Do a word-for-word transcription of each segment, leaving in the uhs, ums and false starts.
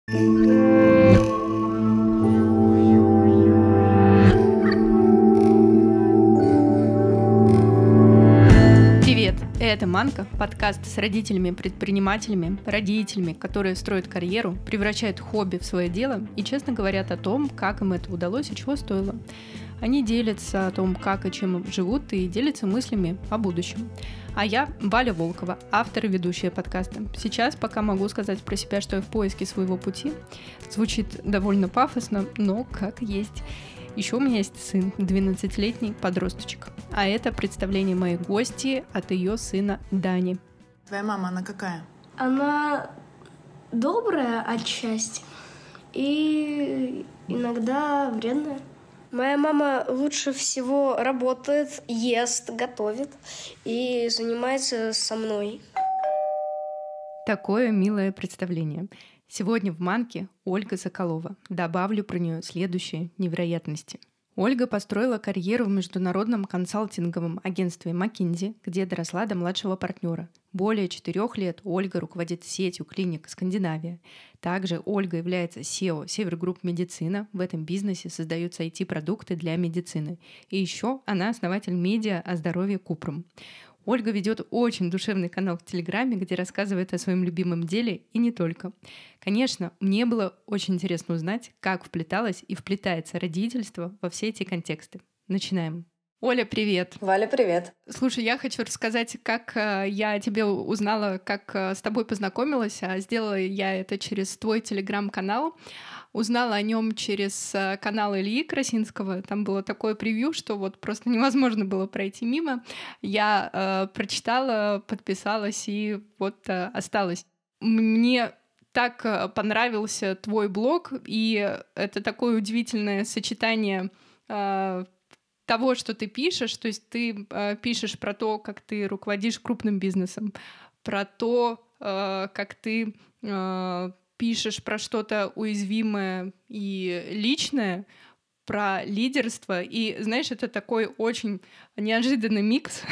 Привет! Это «Манка» — подкаст с родителями-предпринимателями, родителями, которые строят карьеру, превращают хобби в свое дело и честно говорят о том, как им это удалось и чего стоило. Они делятся о том, как и чем живут, и делятся мыслями о будущем. А я Валя Волкова, автор и ведущая подкаста. Сейчас пока могу сказать про себя, что я в поиске своего пути. Звучит довольно пафосно, но как есть. Еще у меня есть сын, двенадцатилетний подросточек. А это представление моей гости от ее сына Дани. Твоя мама, она какая? Она добрая отчасти и иногда вредная. Моя мама лучше всего работает, ест, готовит и занимается со мной. Такое милое представление. Сегодня в «Манке» Ольга Соколова. Добавлю про нее следующие невероятности. Ольга построила карьеру в международном консалтинговом агентстве McKinsey, где доросла до младшего партнера. Более четырех лет Ольга руководит сетью клиник «Скандинавия». Также Ольга является си и о Север Групп Медицина. В этом бизнесе создаются ай ти-продукты для медицины. И еще она основатель медиа о здоровье Купрум. Ольга ведет очень душевный канал в Телеграме, где рассказывает о своем любимом деле и не только. Конечно, мне было очень интересно узнать, как вплеталось и вплетается родительство во все эти контексты. Начинаем. Оля, привет. Валя, привет. Слушай, я хочу рассказать, как я о тебе узнала, как с тобой познакомилась. А сделала я это через твой Телеграм-канал. Узнала о нем через канал Ильи Красинского. Там было такое превью, что вот просто невозможно было пройти мимо. Я э, прочитала, подписалась и вот э, осталась. Мне так понравился твой блог, и это такое удивительное сочетание э, того, что ты пишешь. То есть ты э, пишешь про то, как ты руководишь крупным бизнесом, про то, э, как ты... Э, пишешь про что-то уязвимое и личное, про лидерство. И, знаешь, это такой очень неожиданный микс.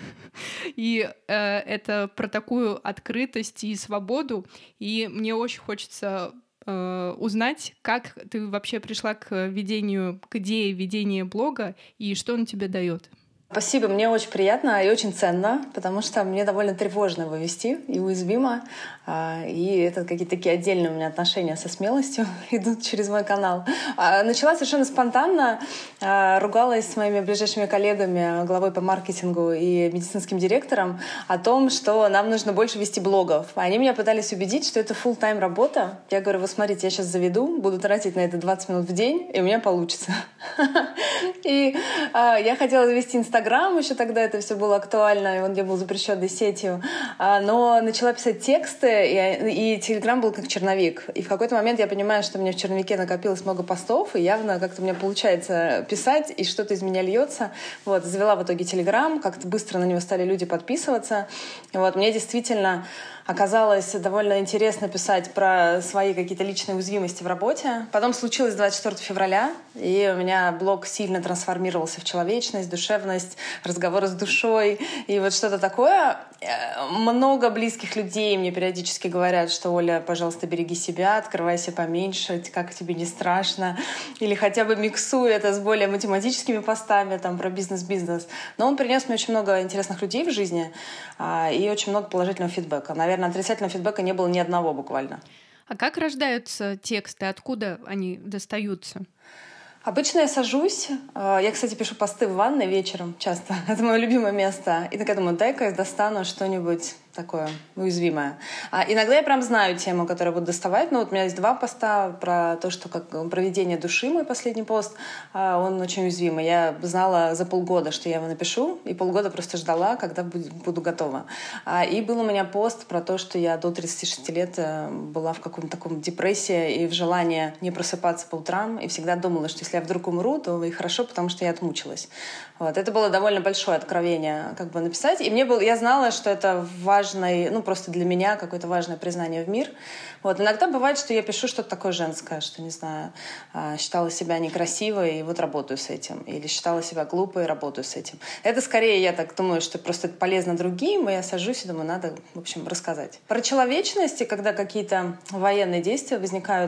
И э, это про такую открытость и свободу. И мне очень хочется э, узнать, как ты вообще пришла к ведению, к идее ведения блога и что он тебе дает. Спасибо, мне очень приятно и очень ценно, потому что мне довольно тревожно его вести и уязвимо. И это какие-то такие отдельные у меня отношения со смелостью идут через мой канал. Начала совершенно спонтанно, ругалась с моими ближайшими коллегами, главой по маркетингу и медицинским директором о том, что нам нужно больше вести блогов. Они меня пытались убедить, что это фулл-тайм работа. Я говорю, вот смотрите, я сейчас заведу, буду тратить на это двадцать минут в день, и у меня получится. И я хотела завести Инстаграм, еще тогда это все было актуально, и он не был запрещенной сетью. Но начала писать тексты, и, и Телеграм был как черновик. И в какой-то момент я понимаю, что у меня в черновике накопилось много постов, и явно как-то у меня получается писать, и что-то из меня льется. Вот, завела в итоге Телеграм, как-то быстро на него стали люди подписываться. Вот, мне действительно оказалось довольно интересно писать про свои какие-то личные уязвимости в работе. Потом случилось двадцать четвёртого февраля, и у меня блог сильно трансформировался в человечность, душевность, разговоры с душой и вот что-то такое. Много близких людей мне периодически говорят, что «Оля, пожалуйста, береги себя, открывайся поменьше, как тебе не страшно». Или хотя бы миксуй это с более математическими постами там, про бизнес-бизнес. Но он принес мне очень много интересных людей в жизни и очень много положительного фидбэка. Наверное, отрицательного фидбэка не было ни одного буквально. А как рождаются тексты? Откуда они достаются? Обычно я сажусь. Я, кстати, пишу посты в ванной вечером часто. Это мое любимое место. И такая думаю, дай-ка я достану что-нибудь такое уязвимое. А иногда я прям знаю тему, которую буду доставать. Ну, вот у меня есть два поста про то, что как проведение души, мой последний пост. Он очень уязвимый. Я знала за полгода, что я его напишу, и полгода просто ждала, когда буду готова. И был у меня пост про то, что я до тридцати шести лет была в каком-то таком депрессии и в желании не просыпаться по утрам, и всегда думала, что если я вдруг умру, то и хорошо, потому что я отмучилась. Вот. Это было довольно большое откровение как бы написать. И мне было, я знала, что это важно важной, ну, просто для меня какое-то важное признание в мир. Вот. Иногда бывает, что я пишу что-то такое женское, что, не знаю, считала себя некрасивой, и вот работаю с этим. Или считала себя глупой, и работаю с этим. Это скорее, я так думаю, что просто это полезно другим, и я сажусь и думаю, надо, в общем, рассказать. Про человечность, когда какие-то военные действия возникают,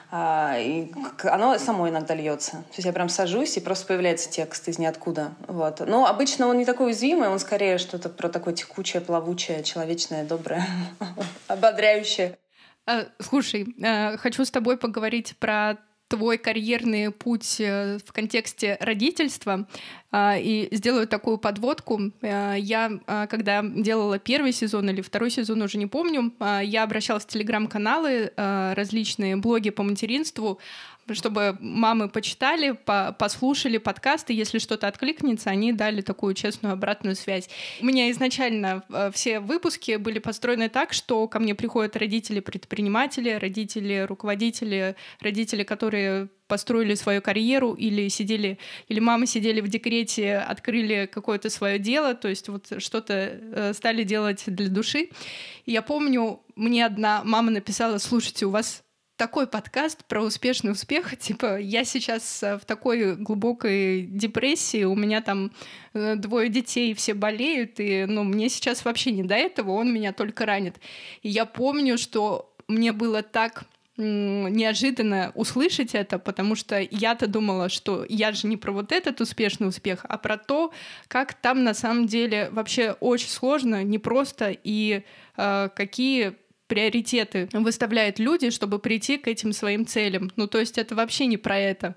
и оно само иногда льется. То есть я прям сажусь, и просто появляется текст из ниоткуда. Вот. Но обычно он не такой уязвимый, он скорее что-то про такое текучее, плавучее, человечное, доброе, ободряющее. Слушай, хочу с тобой поговорить про твой карьерный путь в контексте родительства и сделаю такую подводку. Я, когда делала первый сезон или второй сезон, уже не помню, я обращалась в телеграм-каналы, различные блоги по материнству, чтобы мамы почитали, по послушали подкасты, если что-то откликнется, они дали такую честную обратную связь. У меня изначально все выпуски были построены так, что ко мне приходят родители-предприниматели, родители-руководители, родители, которые построили свою карьеру или сидели, или мамы сидели в декрете, открыли какое-то свое дело, то есть вот что-то стали делать для души. И я помню, мне одна мама написала: слушайте, у вас такой подкаст про успешный успех, типа, я сейчас в такой глубокой депрессии, у меня там двое детей, все болеют, и, ну, мне сейчас вообще не до этого, он меня только ранит. И я помню, что мне было так неожиданно услышать это, потому что я-то думала, что я же не про вот этот успешный успех, а про то, как там на самом деле вообще очень сложно, непросто, и э, какие приоритеты выставляют люди, чтобы прийти к этим своим целям. Ну, то есть это вообще не про это.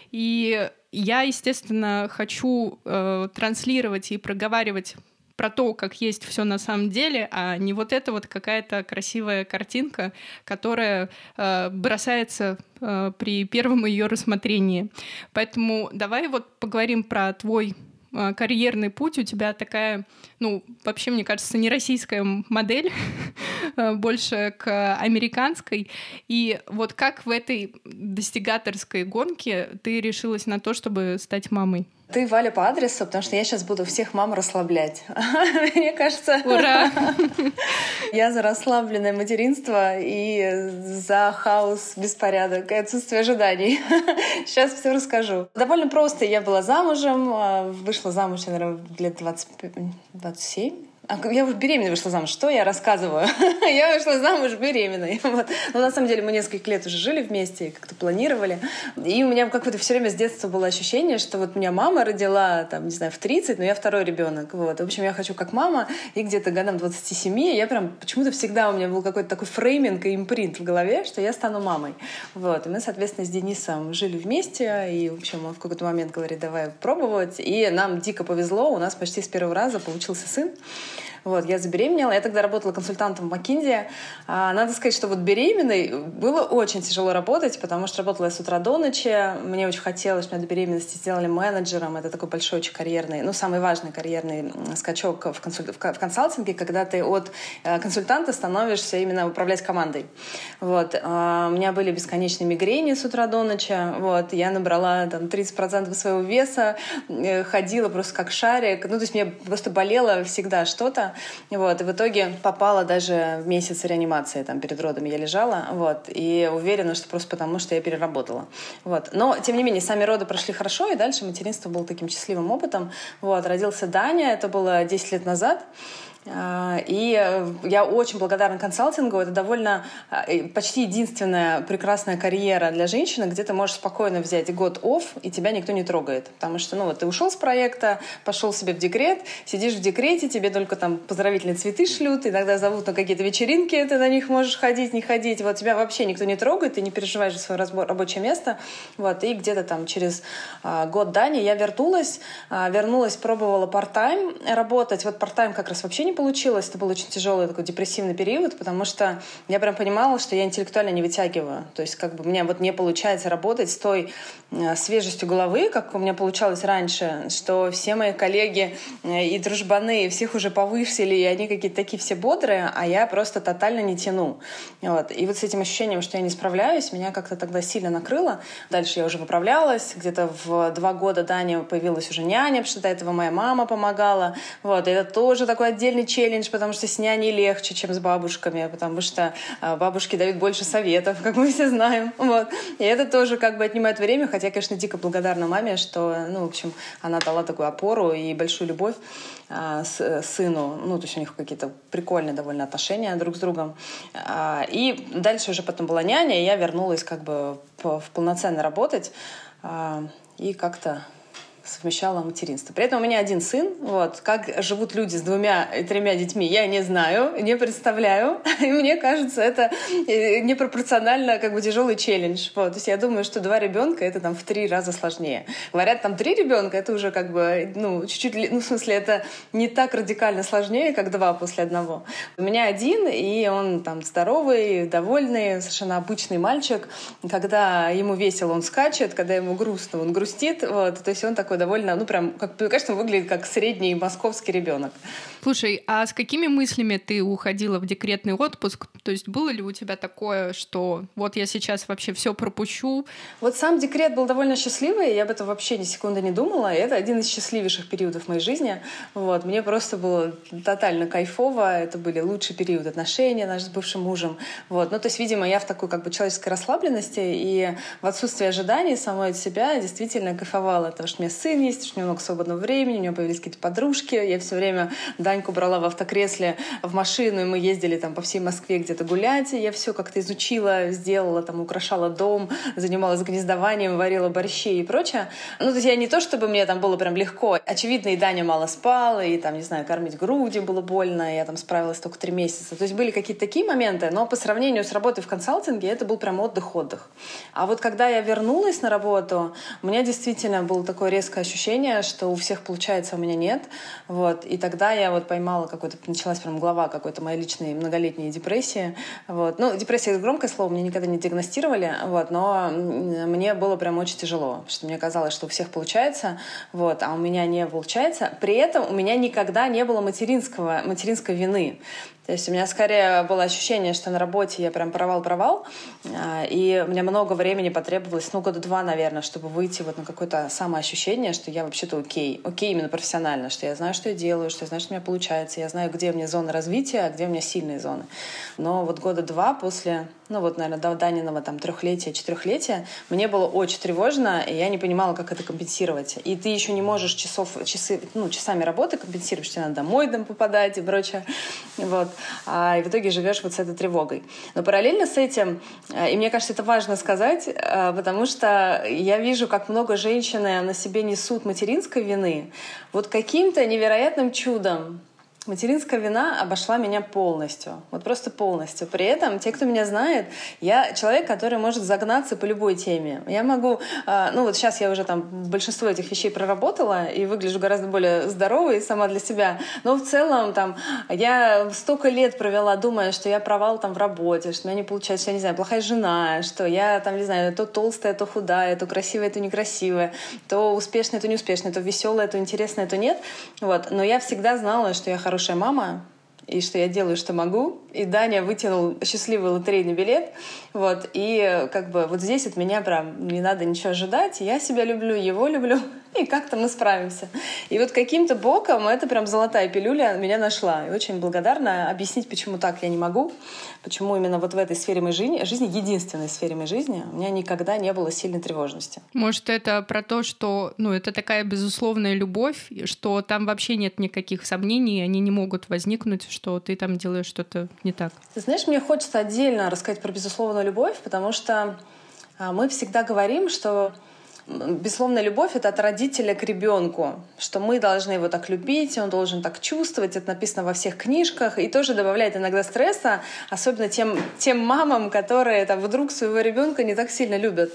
И я, естественно, хочу э, транслировать и проговаривать про то, как есть все на самом деле, а не вот эта вот какая-то красивая картинка, которая э, бросается э, при первом ее рассмотрении. Поэтому давай вот поговорим про твой карьерный путь. У тебя такая, ну, вообще, мне кажется, не российская модель, больше к американской. И вот как в этой достигаторской гонке ты решилась на то, чтобы стать мамой? Ты, Валя, по адресу, потому что я сейчас буду всех мам расслаблять. Мне кажется... Ура! Я за расслабленное материнство и за хаос, беспорядок и отсутствие ожиданий. Сейчас все расскажу. Довольно просто. Я была замужем, вышла замуж, наверное, лет двадцать семь. Я уже беременной вышла замуж. Что я рассказываю? Я вышла замуж беременной. Вот. Но на самом деле мы несколько лет уже жили вместе, как-то планировали. И у меня как-то все время с детства было ощущение, что вот меня мама родила, там, не знаю, в тридцать, но я второй ребенок. Вот. В общем, я хочу как мама. И где-то годам двадцати семи я прям почему-то всегда у меня был какой-то такой фрейминг и импринт в голове, что я стану мамой. Вот. И мы, соответственно, с Денисом жили вместе. И, в общем, он в какой-то момент говорит, давай пробовать. И нам дико повезло. У нас почти с первого раза получился сын. Вот, я забеременела. Я тогда работала консультантом в McKinsey. А, надо сказать, что вот беременной было очень тяжело работать, потому что работала я с утра до ночи. Мне очень хотелось, меня до беременности сделали менеджером. Это такой большой, очень карьерный, ну, самый важный карьерный скачок в, консуль... в консалтинге, когда ты от консультанта становишься именно управлять командой. Вот. А, у меня были бесконечные мигрени с утра до ночи. Вот. Я набрала там тридцать процентов своего веса, ходила просто как шарик. Ну, то есть мне просто болело всегда что-то. Вот, и в итоге попала даже в месяц реанимации, там, перед родами я лежала, вот, и уверена, что просто потому, что я переработала. Вот. Но, тем не менее, сами роды прошли хорошо, и дальше материнство было таким счастливым опытом. Вот, родился Даня, это было десять лет назад. И я очень благодарна консалтингу. Это довольно почти единственная прекрасная карьера для женщины, где ты можешь спокойно взять год офф, и тебя никто не трогает. Потому что, ну вот, ты ушел с проекта, пошел себе в декрет, сидишь в декрете, тебе только там поздравительные цветы шлют, иногда зовут на какие-то вечеринки, ты на них можешь ходить, не ходить. Вот тебя вообще никто не трогает, ты не переживаешь за свое рабочее место. Вот, и где-то там через год Дани я вернулась, вернулась, пробовала парт-тайм работать. Вот парт-тайм как раз вообще не получилось. Это был очень тяжелый такой депрессивный период, потому что я прям понимала, что я интеллектуально не вытягиваю. То есть как бы мне вот не получается работать с той свежестью головы, как у меня получалось раньше, что все мои коллеги и дружбаны, всех уже повысили, и они какие-то такие все бодрые, а я просто тотально не тяну. Вот. И вот с этим ощущением, что я не справляюсь, меня как-то тогда сильно накрыло. Дальше я уже поправлялась. Где-то в два года Дани появилась уже няня, потому что до этого моя мама помогала. Вот. И это тоже такой отдельный сильный челлендж, потому что с няней легче, чем с бабушками, потому что бабушки дают больше советов, как мы все знаем. Вот. И это тоже как бы отнимает время, хотя, конечно, дико благодарна маме, что, ну, в общем, она дала такую опору и большую любовь а, с, сыну. Ну, то есть у них какие-то прикольные довольно отношения друг с другом. А, и дальше уже потом была няня, и я вернулась как бы в, в полноценно работать а, и как-то совмещала материнство. При этом у меня один сын. Вот. Как живут люди с двумя и тремя детьми, я не знаю, не представляю. И мне кажется, это непропорционально как бы тяжелый челлендж. Вот. То есть я думаю, что два ребенка — это там в три раза сложнее. Говорят, там три ребенка — это уже как бы, ну, чуть-чуть, ну, в смысле, это не так радикально сложнее, как два после одного. У меня один, и он там здоровый, довольный, совершенно обычный мальчик. Когда ему весело, он скачет, когда ему грустно, он грустит. Вот. То есть он такой довольно, ну прям, как, конечно, выглядит как средний московский ребенок. Слушай, а с какими мыслями ты уходила в декретный отпуск? То есть было ли у тебя такое, что вот я сейчас вообще все пропущу? Вот сам декрет был довольно счастливый, я об этом вообще ни секунды не думала. И это один из счастливейших периодов моей жизни. Вот. Мне просто было тотально кайфово. Это были лучшие периоды отношений наши с бывшим мужем. Вот. Ну, то есть, видимо, я в такой как бы человеческой расслабленности и в отсутствии ожиданий самой от себя действительно кайфовала, потому что у меня сын есть, что у него много свободного времени, у него появились какие-то подружки. Я все время Даньку брала в автокресле в машину, и мы ездили там по всей Москве где-то гулять. И я все как-то изучила, сделала, там, украшала дом, занималась гнездованием, варила борщи и прочее. Ну, то есть я не то, чтобы мне там было прям легко. Очевидно, и Даня мало спал, и там, не знаю, кормить грудью было больно, я там справилась только три месяца. То есть были какие-то такие моменты, но по сравнению с работой в консалтинге это был прям отдых-отдых. А вот когда я вернулась на работу, у меня действительно было такое резкое ощущение, что у всех получается, а у меня нет. Вот. И тогда я вот поймала какой-то, началась прям глава какой-то моей личной многолетней депрессии. Вот. Ну, депрессия — это громкое слово, мне никогда не диагностировали, вот, но мне было прям очень тяжело, потому что мне казалось, что у всех получается, вот, а у меня не получается. При этом у меня никогда не было материнского, материнской вины. То есть у меня скорее было ощущение, что на работе я прям провал-провал, и мне много времени потребовалось, ну, года два, наверное, чтобы выйти вот на какое-то самоощущение, что я вообще-то окей. Окей именно профессионально, что я знаю, что я делаю, что я знаю, что у меня получается, я знаю, где у меня зоны развития, а где у меня сильные зоны. Но вот года два после, ну вот, наверное, до Даниного там трехлетия, четырехлетия, мне было очень тревожно, и я не понимала, как это компенсировать. И ты еще не можешь часов, часы, ну, часами работы компенсировать, что тебе надо домой там попадать и прочее. Вот. А, и в итоге живешь вот с этой тревогой. Но параллельно с этим, и мне кажется, это важно сказать, потому что я вижу, как много женщины на себе несут материнской вины. Вот каким-то невероятным чудом материнская вина обошла меня полностью. Вот просто полностью. При этом, те, кто меня знает, я человек, который может загнаться по любой теме. Я могу... Ну вот сейчас я уже там большинство этих вещей проработала и выгляжу гораздо более здоровой сама для себя. Но в целом там я столько лет провела, думая, что я провал там в работе, что у меня не получается, что я не знаю, плохая жена, что я там, не знаю, то толстая, то худая, то красивая, то некрасивая, то успешная, то неуспешная, то веселая, то интересная, то нет. Вот. Но я всегда знала, что я хорошая хорошая мама, и что я делаю, что могу. И Даня вытянул счастливый лотерейный билет. Вот. И как бы вот здесь от меня прям не надо ничего ожидать. Я себя люблю, его люблю. И как-то мы справимся. И вот каким-то боком это прям золотая пилюля меня нашла. И очень благодарна. Объяснить, почему так я не могу. Почему именно вот в этой сфере моей жизни, жизни, единственной сфере моей жизни, у меня никогда не было сильной тревожности. Может, это про то, что, ну, это такая безусловная любовь, что там вообще нет никаких сомнений, они не могут возникнуть, что ты там делаешь что-то не так. Ты знаешь, мне хочется отдельно рассказать про безусловную любовь, потому что мы всегда говорим, что безусловная любовь — это от родителя к ребенку, что мы должны его так любить, он должен так чувствовать, это написано во всех книжках, и тоже добавляет иногда стресса, особенно тем, тем мамам, которые там, вдруг своего ребенка не так сильно любят.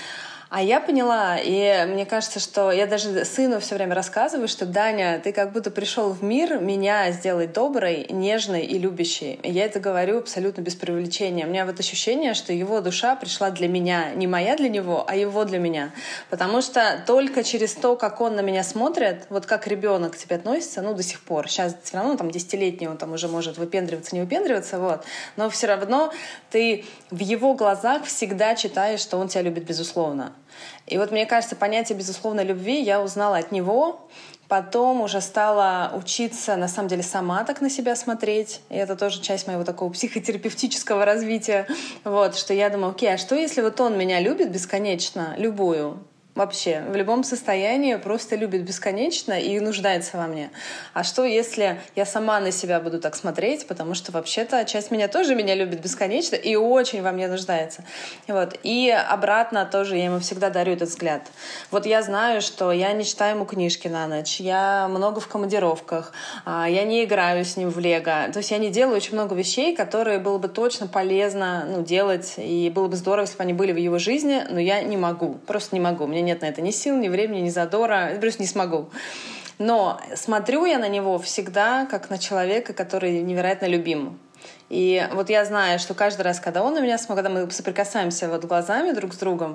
А я поняла, и мне кажется, что я даже сыну все время рассказываю, что Даня, ты как будто пришел в мир меня сделать доброй, нежной и любящей. И я это говорю абсолютно без преувеличения. У меня вот ощущение, что его душа пришла для меня, не моя для него, а его для меня. Потому что только через то, как он на меня смотрит, вот как ребенок к тебе относится, ну, до сих пор. Сейчас все равно там десятилетний, он там уже может выпендриваться, не выпендриваться, вот. Но все равно ты в его глазах всегда читаешь, что он тебя любит безусловно. И вот, мне кажется, понятие безусловной любви я узнала от него. Потом уже стала учиться, на самом деле, сама так на себя смотреть. И это тоже часть моего такого психотерапевтического развития. Вот, что я думаю, окей, а что если вот он меня любит бесконечно, любую, вообще, в любом состоянии просто любит бесконечно и нуждается во мне. А что, если я сама на себя буду так смотреть, потому что вообще-то часть меня тоже меня любит бесконечно и очень во мне нуждается. Вот. И обратно тоже я ему всегда дарю этот взгляд. Вот я знаю, что я не читаю ему книжки на ночь, я много в командировках, я не играю с ним в лего. То есть я не делаю очень много вещей, которые было бы точно полезно, ну, делать, и было бы здорово, если бы они были в его жизни, но я не могу, просто не могу. Мне нет на это ни сил, ни времени, ни задора. Я просто не смогу. Но смотрю я на него всегда как на человека, который невероятно любим. И вот я знаю, что каждый раз, когда он на меня смотрит, когда мы соприкасаемся вот глазами друг с другом,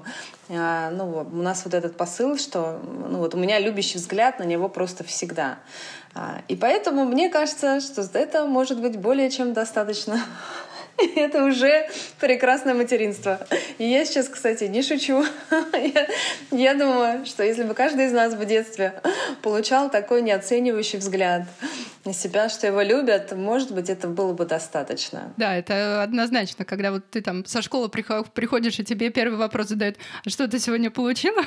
ну, у нас вот этот посыл, что ну, вот у меня любящий взгляд на него просто всегда. И поэтому мне кажется, что это может быть более чем достаточно. Это уже прекрасное материнство. И я сейчас, кстати, не шучу. Я, я думаю, что если бы каждый из нас в детстве получал такой неоценивающий взгляд на себя, что его любят, может быть, это было бы достаточно. Да, это однозначно. Когда вот ты там со школы приходишь, и тебе первый вопрос задают: а что ты сегодня получила?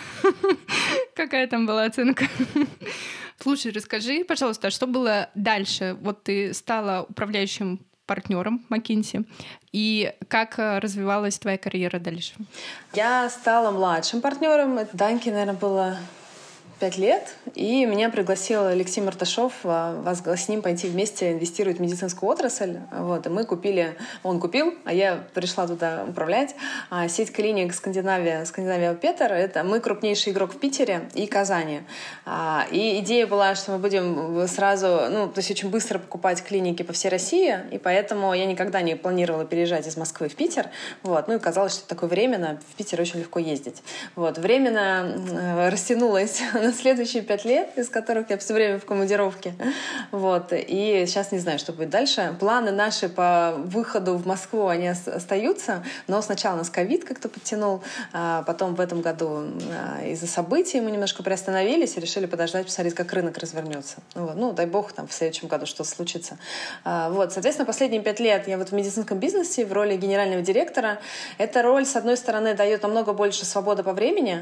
Какая там была оценка? Слушай, расскажи, пожалуйста, а что было дальше? Вот ты стала управляющим партнером McKinsey. И как развивалась твоя карьера дальше? Я стала младшим партнером. Даньке, наверное, было пять лет, и меня пригласил Алексей Марташов с ним пойти вместе инвестировать в медицинскую отрасль. Вот, и мы купили, он купил, а я пришла туда управлять. Сеть клиник Скандинавия, Скандинавия Петер, это мы крупнейший игрок в Питере и Казани. И идея была, что мы будем сразу, ну, то есть очень быстро покупать клиники по всей России, и поэтому я никогда не планировала переезжать из Москвы в Питер. Вот, ну и казалось, что такое временно, в Питер очень легко ездить. Вот, временно растянулось на следующие пять лет, из которых я все время в командировке. Вот. И сейчас не знаю, что будет дальше. Планы наши по выходу в Москву, они остаются, но сначала нас ковид как-то подтянул, а потом в этом году из-за событий мы немножко приостановились и решили подождать, посмотреть, как рынок развернется. Вот. Ну, дай бог, там в следующем году что-то случится. А, вот. Соответственно, последние пять лет я вот в медицинском бизнесе в роли генерального директора. Эта роль, с одной стороны, дает намного больше свободы по времени.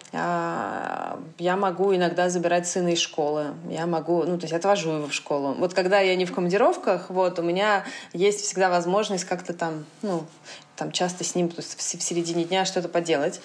А, я могу иногда забирать сына из школы. Я могу, ну, то есть отвожу его в школу. Вот когда я не в командировках, вот, у меня есть всегда возможность как-то там, ну, там часто с ним, то есть в середине дня что-то поделать.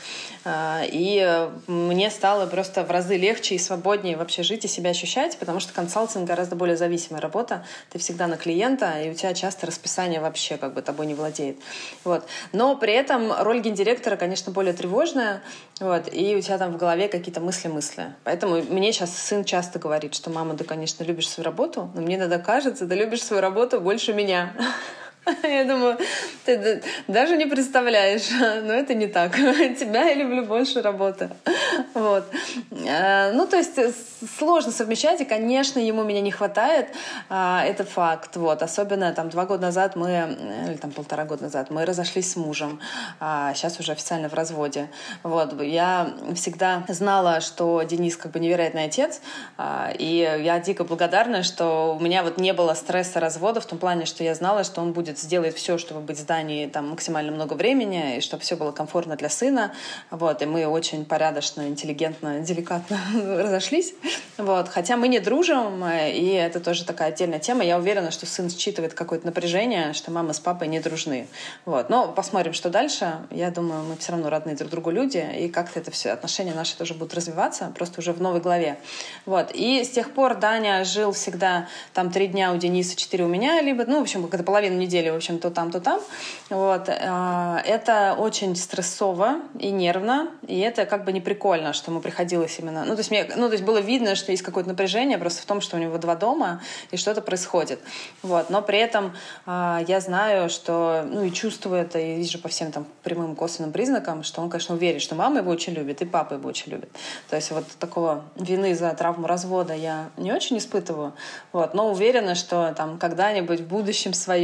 И мне стало просто в разы легче и свободнее вообще жить и себя ощущать, потому что консалтинг гораздо более зависимая работа. Ты всегда на клиента, и у тебя часто расписание вообще как бы тобой не владеет. Вот. Но при этом роль гендиректора, конечно, более тревожная, вот, и у тебя там в голове какие-то мысли-мысли. Поэтому мне сейчас сын часто говорит, что мама, ты, конечно, любишь свою работу, но мне иногда кажется, ты любишь свою работу больше меня. Я думаю, ты даже не представляешь, но это не так. Тебя я люблю больше работы. Вот. Ну, то есть сложно совмещать, и, конечно, ему меня не хватает. Это факт. Вот. Особенно там два года назад мы, или там полтора года назад, мы разошлись с мужем. Сейчас уже официально в разводе. Вот. Я всегда знала, что Денис как бы невероятный отец, и я дико благодарна, что у меня вот не было стресса развода в том плане, что я знала, что он будет сделает все, чтобы быть в здании там максимально много времени, и чтобы все было комфортно для сына. Вот. И мы очень порядочно, интеллигентно, деликатно разошлись. Вот. Хотя мы не дружим, и это тоже такая отдельная тема. Я уверена, что сын считывает какое-то напряжение, что мама с папой не дружны. Вот. Но посмотрим, что дальше. Я думаю, мы все равно родные друг другу люди, и как-то это все, отношения наши тоже будут развиваться, просто уже в новой главе. Вот. И с тех пор Даня жил всегда там три дня у Дениса, четыре у меня, либо, ну, в общем, как-то половину недели, в общем, то там, то там. Вот. Это очень стрессово и нервно, и это как бы не прикольно, что ему приходилось именно... Ну, то есть, мне, ну, то есть было видно, что есть какое-то напряжение просто в том, что у него два дома, и что-то происходит. Вот. Но при этом я знаю, что... Ну, и чувствую это, и вижу по всем там прямым косвенным признакам, что он, конечно, уверен, что мама его очень любит, и папа его очень любит. То есть вот такого вины за травму развода я не очень испытываю, вот. Но уверена, что там когда-нибудь в будущем своем он будет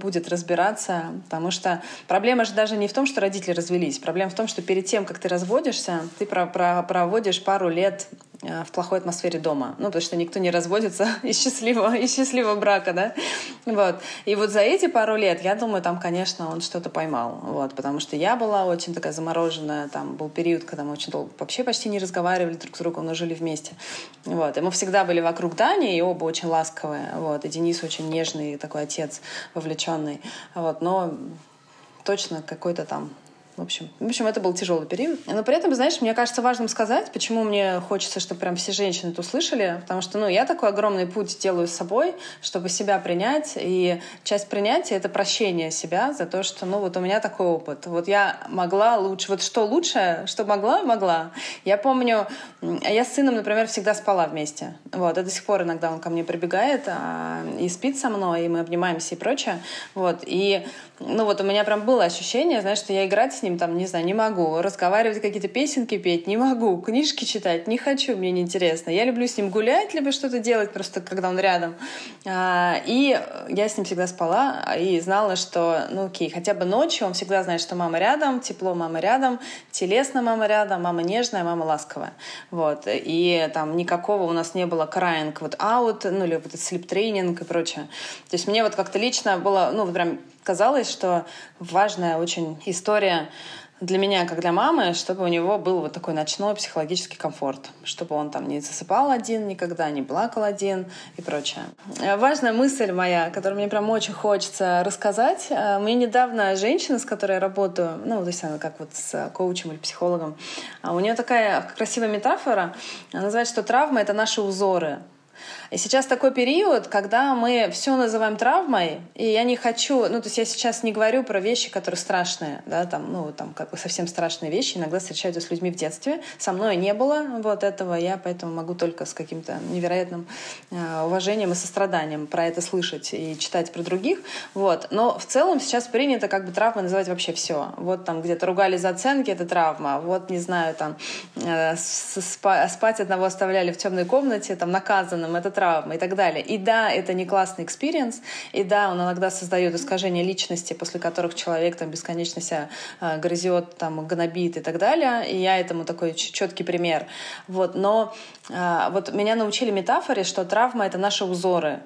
будет разбираться, потому что проблема же даже не в том, что родители развелись. Проблема в том, что перед тем, как ты разводишься, ты про- про- проводишь пару лет в плохой атмосфере дома. Ну, потому что никто не разводится из счастливого, из счастливого брака, да? Вот. И вот за эти пару лет, я думаю, там, конечно, он что-то поймал. Вот. Потому что я была очень такая замороженная. Там был период, когда мы очень долго вообще почти не разговаривали друг с другом, но жили вместе. Вот. И мы всегда были вокруг Дани, и оба очень ласковые. Вот. И Денис очень нежный такой отец, вовлеченный. Вот. Но точно какой-то там В общем, в общем, это был тяжелый период. Но при этом, знаешь, мне кажется важным сказать, почему мне хочется, чтобы прям все женщины это услышали. Потому что, ну, я такой огромный путь делаю с собой, чтобы себя принять. И часть принятия — это прощение себя за то, что, ну, вот у меня такой опыт. Вот я могла лучше. Вот что лучше, что могла, могла. Я помню, я с сыном, например, всегда спала вместе. Вот. И до сих пор иногда он ко мне прибегает а, и спит со мной, и мы обнимаемся и прочее. Вот. И, ну, вот у меня прям было ощущение, знаешь, что я играть с ним там, не знаю, не могу, разговаривать, какие-то песенки петь не могу, книжки читать не хочу, мне неинтересно. Я люблю с ним гулять, либо что-то делать, просто когда он рядом. И я с ним всегда спала и знала, что, ну окей, хотя бы ночью он всегда знает, что мама рядом, тепло мама рядом, телесно мама рядом, мама нежная, мама ласковая. Вот. И там никакого у нас не было crying вот out, ну или вот этот sleep-тренинг и прочее. То есть мне вот как-то лично было, ну вот прям казалось, что важная очень история для меня, как для мамы, чтобы у него был вот такой ночной психологический комфорт, чтобы он там не засыпал один никогда, не плакал один и прочее. Важная мысль моя, которую мне прям очень хочется рассказать. Мне недавно женщина, с которой я работаю, ну, то есть она как вот с коучем или психологом, у нее такая красивая метафора, она называет, что травма — это наши узоры. И сейчас такой период, когда мы все называем травмой, и я не хочу, ну, то есть я сейчас не говорю про вещи, которые страшные, да, там, ну, там, как бы совсем страшные вещи, иногда встречаются с людьми в детстве, со мной не было вот этого, я поэтому могу только с каким-то невероятным э, уважением и состраданием про это слышать и читать про других, вот, но в целом сейчас принято как бы травмой называть вообще все, вот там где-то ругали за оценки, это травма, вот, не знаю, там, э, спать одного оставляли в темной комнате, там, наказанным, это травма и так далее. И да, это не классный экспириенс, и да, он иногда создает искажения личности, после которых человек там бесконечно себя э, грызет, там, гнобит и так далее. И я этому такой четкий пример. Вот. Но э, вот меня научили метафоре, что травма — это наши узоры.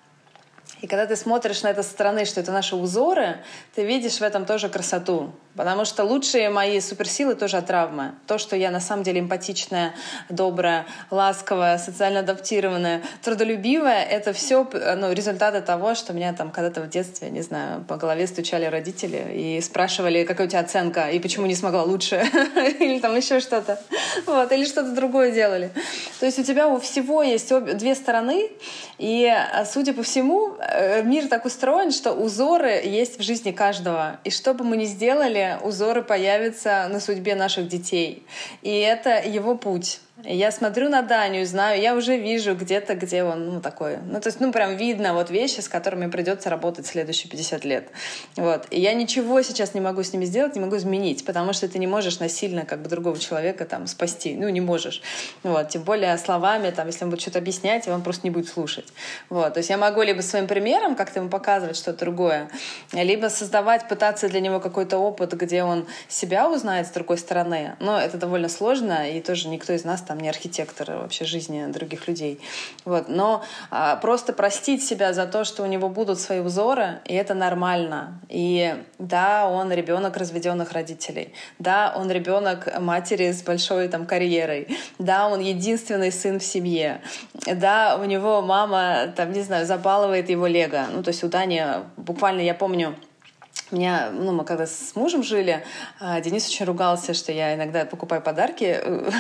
И когда ты смотришь на это со стороны, что это наши узоры, ты видишь в этом тоже красоту. Потому что лучшие мои суперсилы тоже от травмы. То, что я на самом деле эмпатичная, добрая, ласковая, социально адаптированная, трудолюбивая, это все, ну, результаты того, что меня там когда-то в детстве, не знаю, по голове стучали родители и спрашивали, какая у тебя оценка, и почему не смогла лучше, или там еще что-то, вот, или что-то другое делали. То есть у тебя у всего есть обе, две стороны, и, судя по всему, мир так устроен, что узоры есть в жизни каждого. И что бы мы ни сделали, узоры появятся на судьбе наших детей. И это его путь. Я смотрю на Даню и знаю, я уже вижу где-то, где он, ну, такой, ну, то есть, ну, прям видно вот вещи, с которыми придется работать следующие пятьдесят лет. Вот. И я ничего сейчас не могу с ними сделать, не могу изменить, потому что ты не можешь насильно как бы другого человека там спасти, ну, не можешь. Вот. Тем более словами, там, если он будет что-то объяснять, он просто не будет слушать. Вот. То есть я могу либо своим примером как-то ему показывать что-то другое, либо создавать, пытаться для него какой-то опыт, где он себя узнает с другой стороны. Но это довольно сложно, и тоже никто из нас там не архитектор вообще жизни других людей. Вот. Но а, просто простить себя за то, что у него будут свои узоры, и это нормально. И да, он ребенок разведенных родителей. Да, он ребенок матери с большой там карьерой. Да, он единственный сын в семье. Да, у него мама, там, не знаю, забалывает его лего. Ну, то есть у Дани буквально, я помню, меня, ну, мы когда с мужем жили, Денис очень ругался, что я иногда покупаю подарки,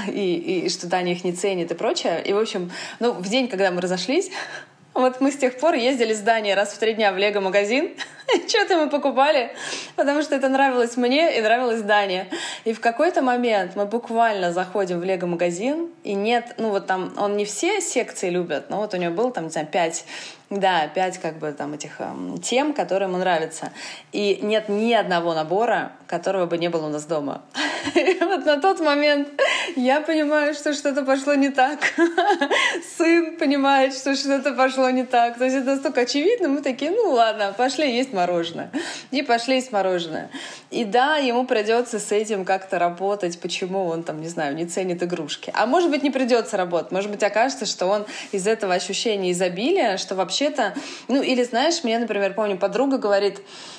и, и что Даня их не ценит и прочее. И, в общем, ну, в день, когда мы разошлись, вот мы с тех пор ездили с Даней раз в три дня в лего-магазин, и что-то мы покупали, потому что это нравилось мне и нравилось Дане. И в какой-то момент мы буквально заходим в лего-магазин, и нет, ну вот там, он не все секции любит, но вот у него было там, не знаю, пять, да, пять как бы там этих эм, тем, которые ему нравятся. И нет ни одного набора, которого бы не было у нас дома. И вот на тот момент я понимаю, что что-то пошло не так. Сын понимает, что что-то пошло не так. То есть это настолько очевидно. Мы такие, ну ладно, пошли есть мороженое. И пошли есть мороженое. И да, ему придется с этим как-то работать, почему он там, не знаю, не ценит игрушки. А может быть, не придется работать. Может быть, окажется, что он из этого ощущения изобилия, что вообще-то... Ну, или, знаешь, мне, например, помню, подруга говорит: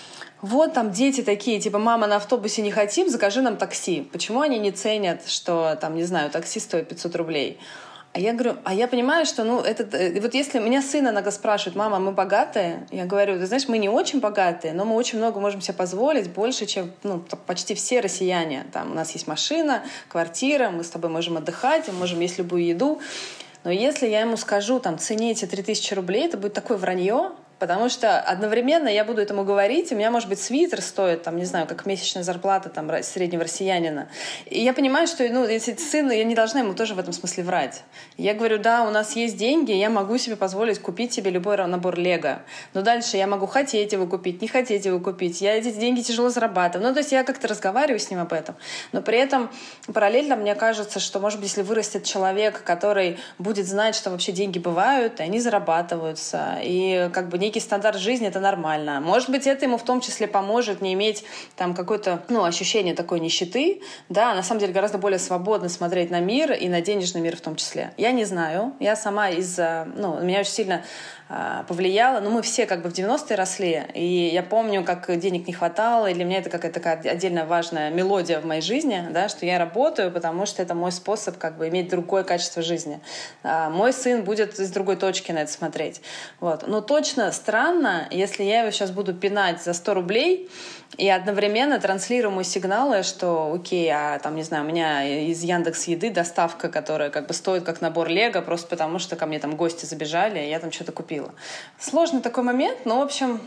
вот там дети такие, типа, мама, на автобусе не хотим, закажи нам такси. Почему они не ценят, что, там, не знаю, такси стоит пятьсот рублей? А я говорю, а я понимаю, что, ну, это... Вот если меня сын иногда спрашивает: мама, мы богатые? Я говорю, ты знаешь, мы не очень богатые, но мы очень много можем себе позволить, больше, чем, ну, почти все россияне. Там у нас есть машина, квартира, мы с тобой можем отдыхать, мы можем есть любую еду. Но если я ему скажу, там, цени эти три тысячи рублей, это будет такое вранье, потому что одновременно я буду этому говорить, у меня, может быть, свитер стоит, там, не знаю, как месячная зарплата там, среднего россиянина. И я понимаю, что, ну, если сын, я не должна ему тоже в этом смысле врать. Я говорю, да, у нас есть деньги, я могу себе позволить купить себе любой набор Лего. Но дальше я могу хотеть его купить, не хотеть его купить. Я эти деньги тяжело зарабатываю. Ну, то есть я как-то разговариваю с ним об этом. Но при этом параллельно мне кажется, что, может быть, если вырастет человек, который будет знать, что вообще деньги бывают, и они зарабатываются, и как бы некий стандарт жизни — это нормально. Может быть, это ему в том числе поможет не иметь там какое-то, ну, ощущение такой нищеты, да, на самом деле гораздо более свободно смотреть на мир и на денежный мир в том числе. Я не знаю. Я сама из-за... Ну, меня очень сильно повлияло. Но мы все как бы в девяностые росли, и я помню, как денег не хватало, и для меня это какая-то такая отдельная важная мелодия в моей жизни, да, что я работаю, потому что это мой способ как бы иметь другое качество жизни. А мой сын будет с другой точки на это смотреть. Вот. Но точно странно, если я его сейчас буду пинать за сто рублей и одновременно транслирую ему сигналы, что окей, а там, не знаю, у меня из Яндекс.Еды доставка, которая как бы стоит как набор Лего, просто потому что ко мне там гости забежали, и я там что-то купила. Сложный такой момент, но, в общем,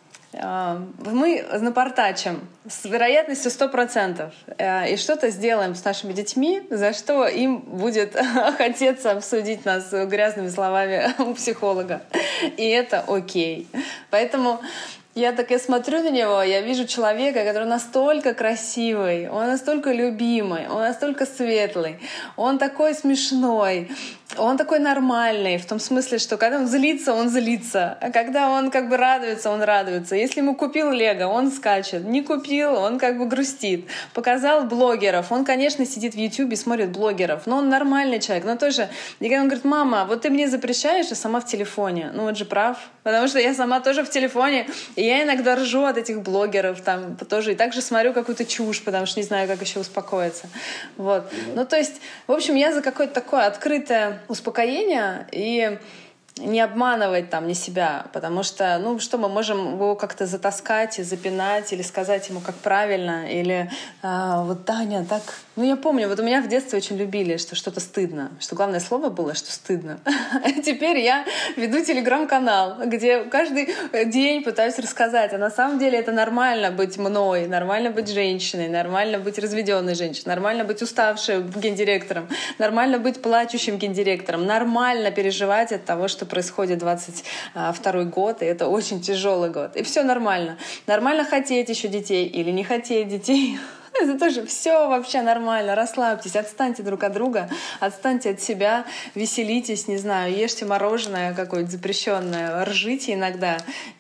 мы напортачим с вероятностью сто процентов и что-то сделаем с нашими детьми, за что им будет хотеться обсудить нас грязными словами у психолога. И это окей. Поэтому я так и смотрю на него, я вижу человека, который настолько красивый, он настолько любимый, он настолько светлый, он такой смешной, он такой нормальный, в том смысле, что когда он злится, он злится, а когда он как бы радуется, он радуется. Если ему купил Лего, он скачет, не купил, он как бы грустит. Показал блогеров, он, конечно, сидит в Ютубе, смотрит блогеров, но он нормальный человек, но тоже, и когда он говорит: мама, вот ты мне запрещаешь, а сама в телефоне. Ну, он же прав, потому что я сама тоже в телефоне, и я иногда ржу от этих блогеров, там тоже, и также смотрю какую-то чушь, потому что не знаю, как еще успокоиться. Вот. Ну, то есть, в общем, я за какое-то такое открытое успокоение и не обманывать там не себя, потому что, ну, что мы можем его как-то затаскать и запинать, или сказать ему, как правильно, или а, вот Таня так... Ну, я помню, вот у меня в детстве очень любили, что что-то стыдно, что главное слово было, что стыдно. А теперь я веду телеграм-канал, где каждый день пытаюсь рассказать, а на самом деле это нормально быть мной, нормально быть женщиной, нормально быть разведенной женщиной, нормально быть уставшей гендиректором, нормально быть плачущим гендиректором, нормально переживать от того, что происходит двадцать второй год, и это очень тяжелый год. И все нормально. Нормально хотеть еще детей или не хотеть детей. Это тоже все вообще нормально. Расслабьтесь, отстаньте друг от друга, отстаньте от себя, веселитесь, не знаю, ешьте мороженое какое-то запрещенное, ржите иногда.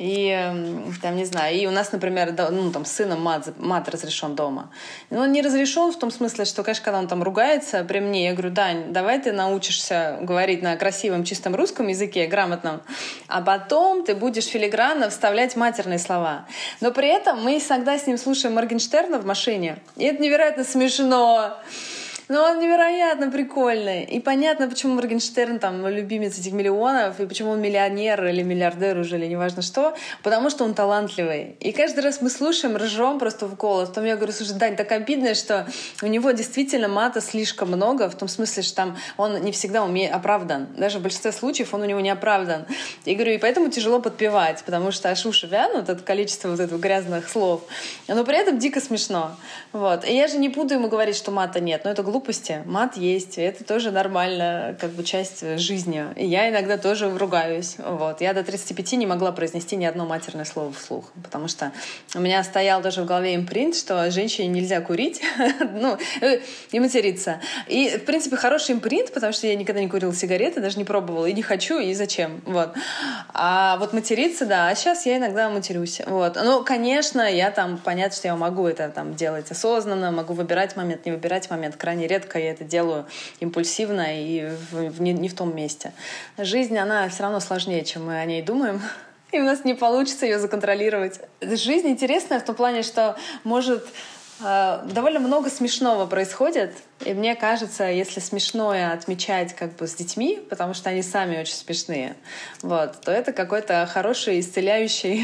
И там, не знаю, и у нас, например, ну, там, с сыном мат, мат разрешен дома. Но он не разрешен в том смысле, что, конечно, когда он там ругается при мне, я говорю: Дань, давай ты научишься говорить на красивом, чистом русском языке, грамотном, а потом ты будешь филигранно вставлять матерные слова. Но при этом мы иногда с ним слушаем Моргенштерна в машине, и это невероятно смешно. Но он невероятно прикольный. И понятно, почему Моргенштерн там любимец этих миллионов, и почему он миллионер или миллиардер уже, или неважно что. Потому что он талантливый. И каждый раз мы слушаем, ржем просто в голос. Потом я говорю: слушай, Дань, так обидно, что у него действительно мата слишком много, в том смысле, что там он не всегда умеет, оправдан. Даже в большинстве случаев он у него не оправдан. И говорю, и поэтому тяжело подпевать, потому что аж уши вянут от количества вот этого грязных слов. Но при этом дико смешно. Вот. И я же не буду ему говорить, что мата нет. Но это глупо, глупости. Мат есть, и это тоже нормально, как бы часть жизни. И я иногда тоже ругаюсь. Вот. Я до тридцати пяти не могла произнести ни одно матерное слово вслух, потому что у меня стоял даже в голове импринт, что женщине нельзя курить, ну, и материться. И, в принципе, хороший импринт, потому что я никогда не курила сигареты, даже не пробовала, и не хочу, и зачем. Вот. А вот материться, да, а сейчас я иногда матерюсь. Вот. Ну, конечно, я там, понятно, что я могу это там делать осознанно, могу выбирать момент, не выбирать момент. Крайне редко я это делаю импульсивно и в, в, не, не в том месте. Жизнь, она все равно сложнее, чем мы о ней думаем. И у нас не получится ее законтролировать. Жизнь интересная в том плане, что может э, довольно много смешного происходит. И мне кажется, если смешное отмечать как бы с детьми, потому что они сами очень смешные, вот, то это какой-то хороший исцеляющий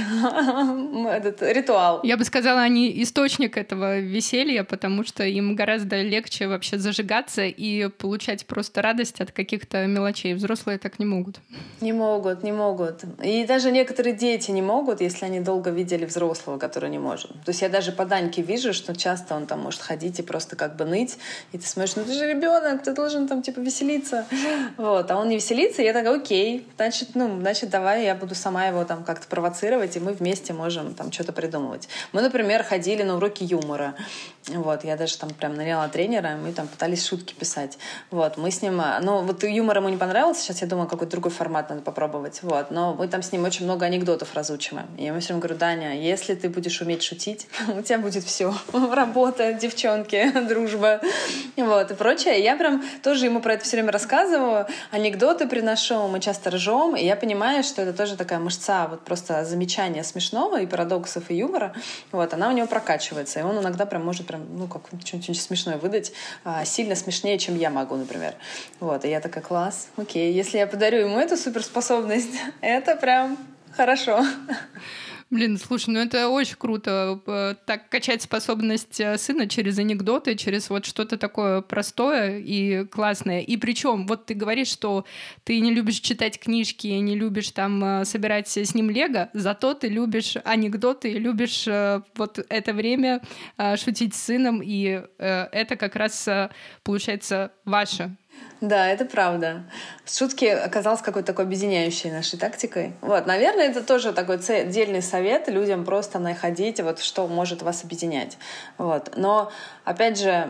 этот ритуал. Я бы сказала, они источник этого веселья, потому что им гораздо легче вообще зажигаться и получать просто радость от каких-то мелочей. Взрослые так не могут. Не могут, не могут. И даже некоторые дети не могут, если они долго видели взрослого, который не может. То есть я даже по Даньке вижу, что часто он там может ходить и просто как бы ныть, и ты смотришь, ну ты же ребенок, ты должен там типа веселиться. Вот. А он не веселится, и я такая, окей, значит, ну, значит, давай я буду сама его там как-то провоцировать, и мы вместе можем там что-то придумывать. Мы, например, ходили на уроки юмора. Вот. Я даже там прям наняла тренера, и мы там пытались шутки писать. Вот. Мы с ним... Ну, вот юмор ему не понравился, сейчас я думаю, какой-то другой формат надо попробовать. Вот. Но мы там с ним очень много анекдотов разучиваем. И я ему все время говорю, Даня, если ты будешь уметь шутить, у тебя будет все. Работа, девчонки, дружба. Вот, и прочее. Я прям тоже ему про это все время рассказываю, анекдоты приношу, мы часто ржем, и я понимаю, что это тоже такая мышца, вот просто замечания смешного и парадоксов, и юмора, вот, она у него прокачивается, и он иногда прям может прям, ну, как что-нибудь смешное выдать, а, сильно смешнее, чем я могу, например. Вот, и я такая, класс, окей, если я подарю ему эту суперспособность, это прям хорошо. Блин, слушай, ну это очень круто, так качать способность сына через анекдоты, через вот что-то такое простое и классное. И причем, вот ты говоришь, что ты не любишь читать книжки, не любишь там собирать с ним лего, зато ты любишь анекдоты, любишь вот это время шутить с сыном, и это как раз получается ваше. Да, это правда. Шутки оказалось какой-то такой объединяющей нашей тактикой. Вот, наверное, это тоже такой отдельный совет людям просто находить, вот что может вас объединять. Вот. Но, опять же,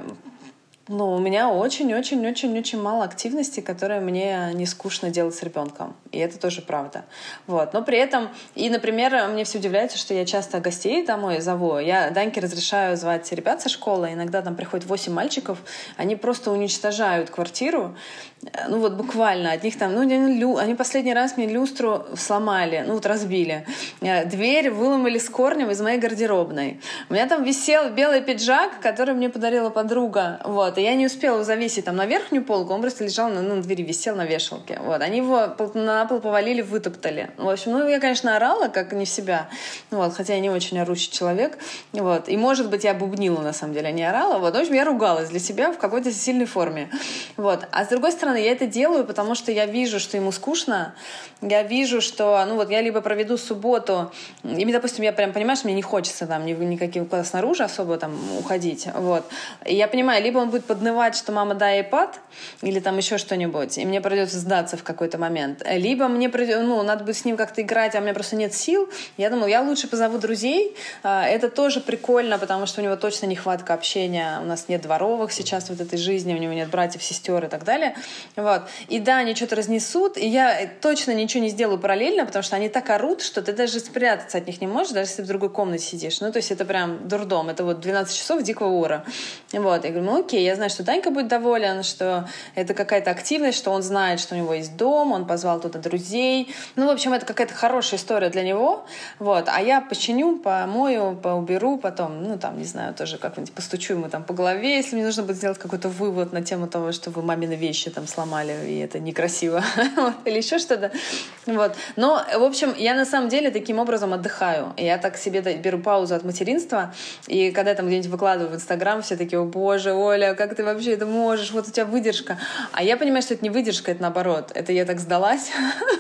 ну, у меня очень-очень-очень-очень мало активности, которые мне не скучно делать с ребенком. И это тоже правда. Вот. Но при этом, и, например, мне все удивляется, что я часто гостей домой зову. Я Даньке разрешаю звать ребят со школы. Иногда там приходит восемь мальчиков. Они просто уничтожают квартиру. Ну вот буквально. От них там, ну, они последний раз мне люстру сломали, ну вот разбили. Дверь выломали с корнем из моей гардеробной. У меня там висел белый пиджак, который мне подарила подруга. Вот. И я не успела его завесить там на верхнюю полку, он просто лежал на, ну, на двери, висел на вешалке. Вот. Они его на пол повалили, вытоптали. В общем, ну, я, конечно, орала, как не в себя. Вот. Хотя я не очень орущий человек. Вот. И, может быть, я бубнила, на самом деле, а не орала. Вот. В общем, я ругалась для себя в какой-то сильной форме. Вот. А с другой стороны, я это делаю, потому что я вижу, что ему скучно. Я вижу, что, ну, вот я либо проведу субботу, и, допустим, я прям понимаю, что мне не хочется там никаким куда снаружи особо там уходить. Вот. И я понимаю, либо он будет поднывать, что мама, дай iPad, или там еще что-нибудь, и мне придется сдаться в какой-то момент. Либо мне придется, ну, надо будет с ним как-то играть, а у меня просто нет сил. Я думаю, я лучше позову друзей. Это тоже прикольно, потому что у него точно нехватка общения. У нас нет дворовых сейчас в этой жизни, у него нет братьев, сестер и так далее. Вот. И да, они что-то разнесут, и я точно ничего не сделаю параллельно, потому что они так орут, что ты даже спрятаться от них не можешь, даже если в другой комнате сидишь. Ну, то есть это прям дурдом. Это вот двенадцать часов дикого ора. Вот. Я говорю, ну окей, я знаю, что Данька будет доволен, что это какая-то активность, что он знает, что у него есть дом, он позвал туда друзей. Ну, в общем, это какая-то хорошая история для него. Вот. А я починю, помою, поуберу потом, ну, там, не знаю, тоже как-нибудь постучу ему там по голове, если мне нужно будет сделать какой-то вывод на тему того, что вы мамины вещи там сломали, и это некрасиво. Или еще что-то. Вот. Но, в общем, я на самом деле таким образом отдыхаю. Я так себе беру паузу от материнства, и когда я там где-нибудь выкладываю в Инстаграм, все такие, о боже, Оля, как как ты вообще это можешь, вот у тебя выдержка. А я понимаю, что это не выдержка, это наоборот. Это я так сдалась,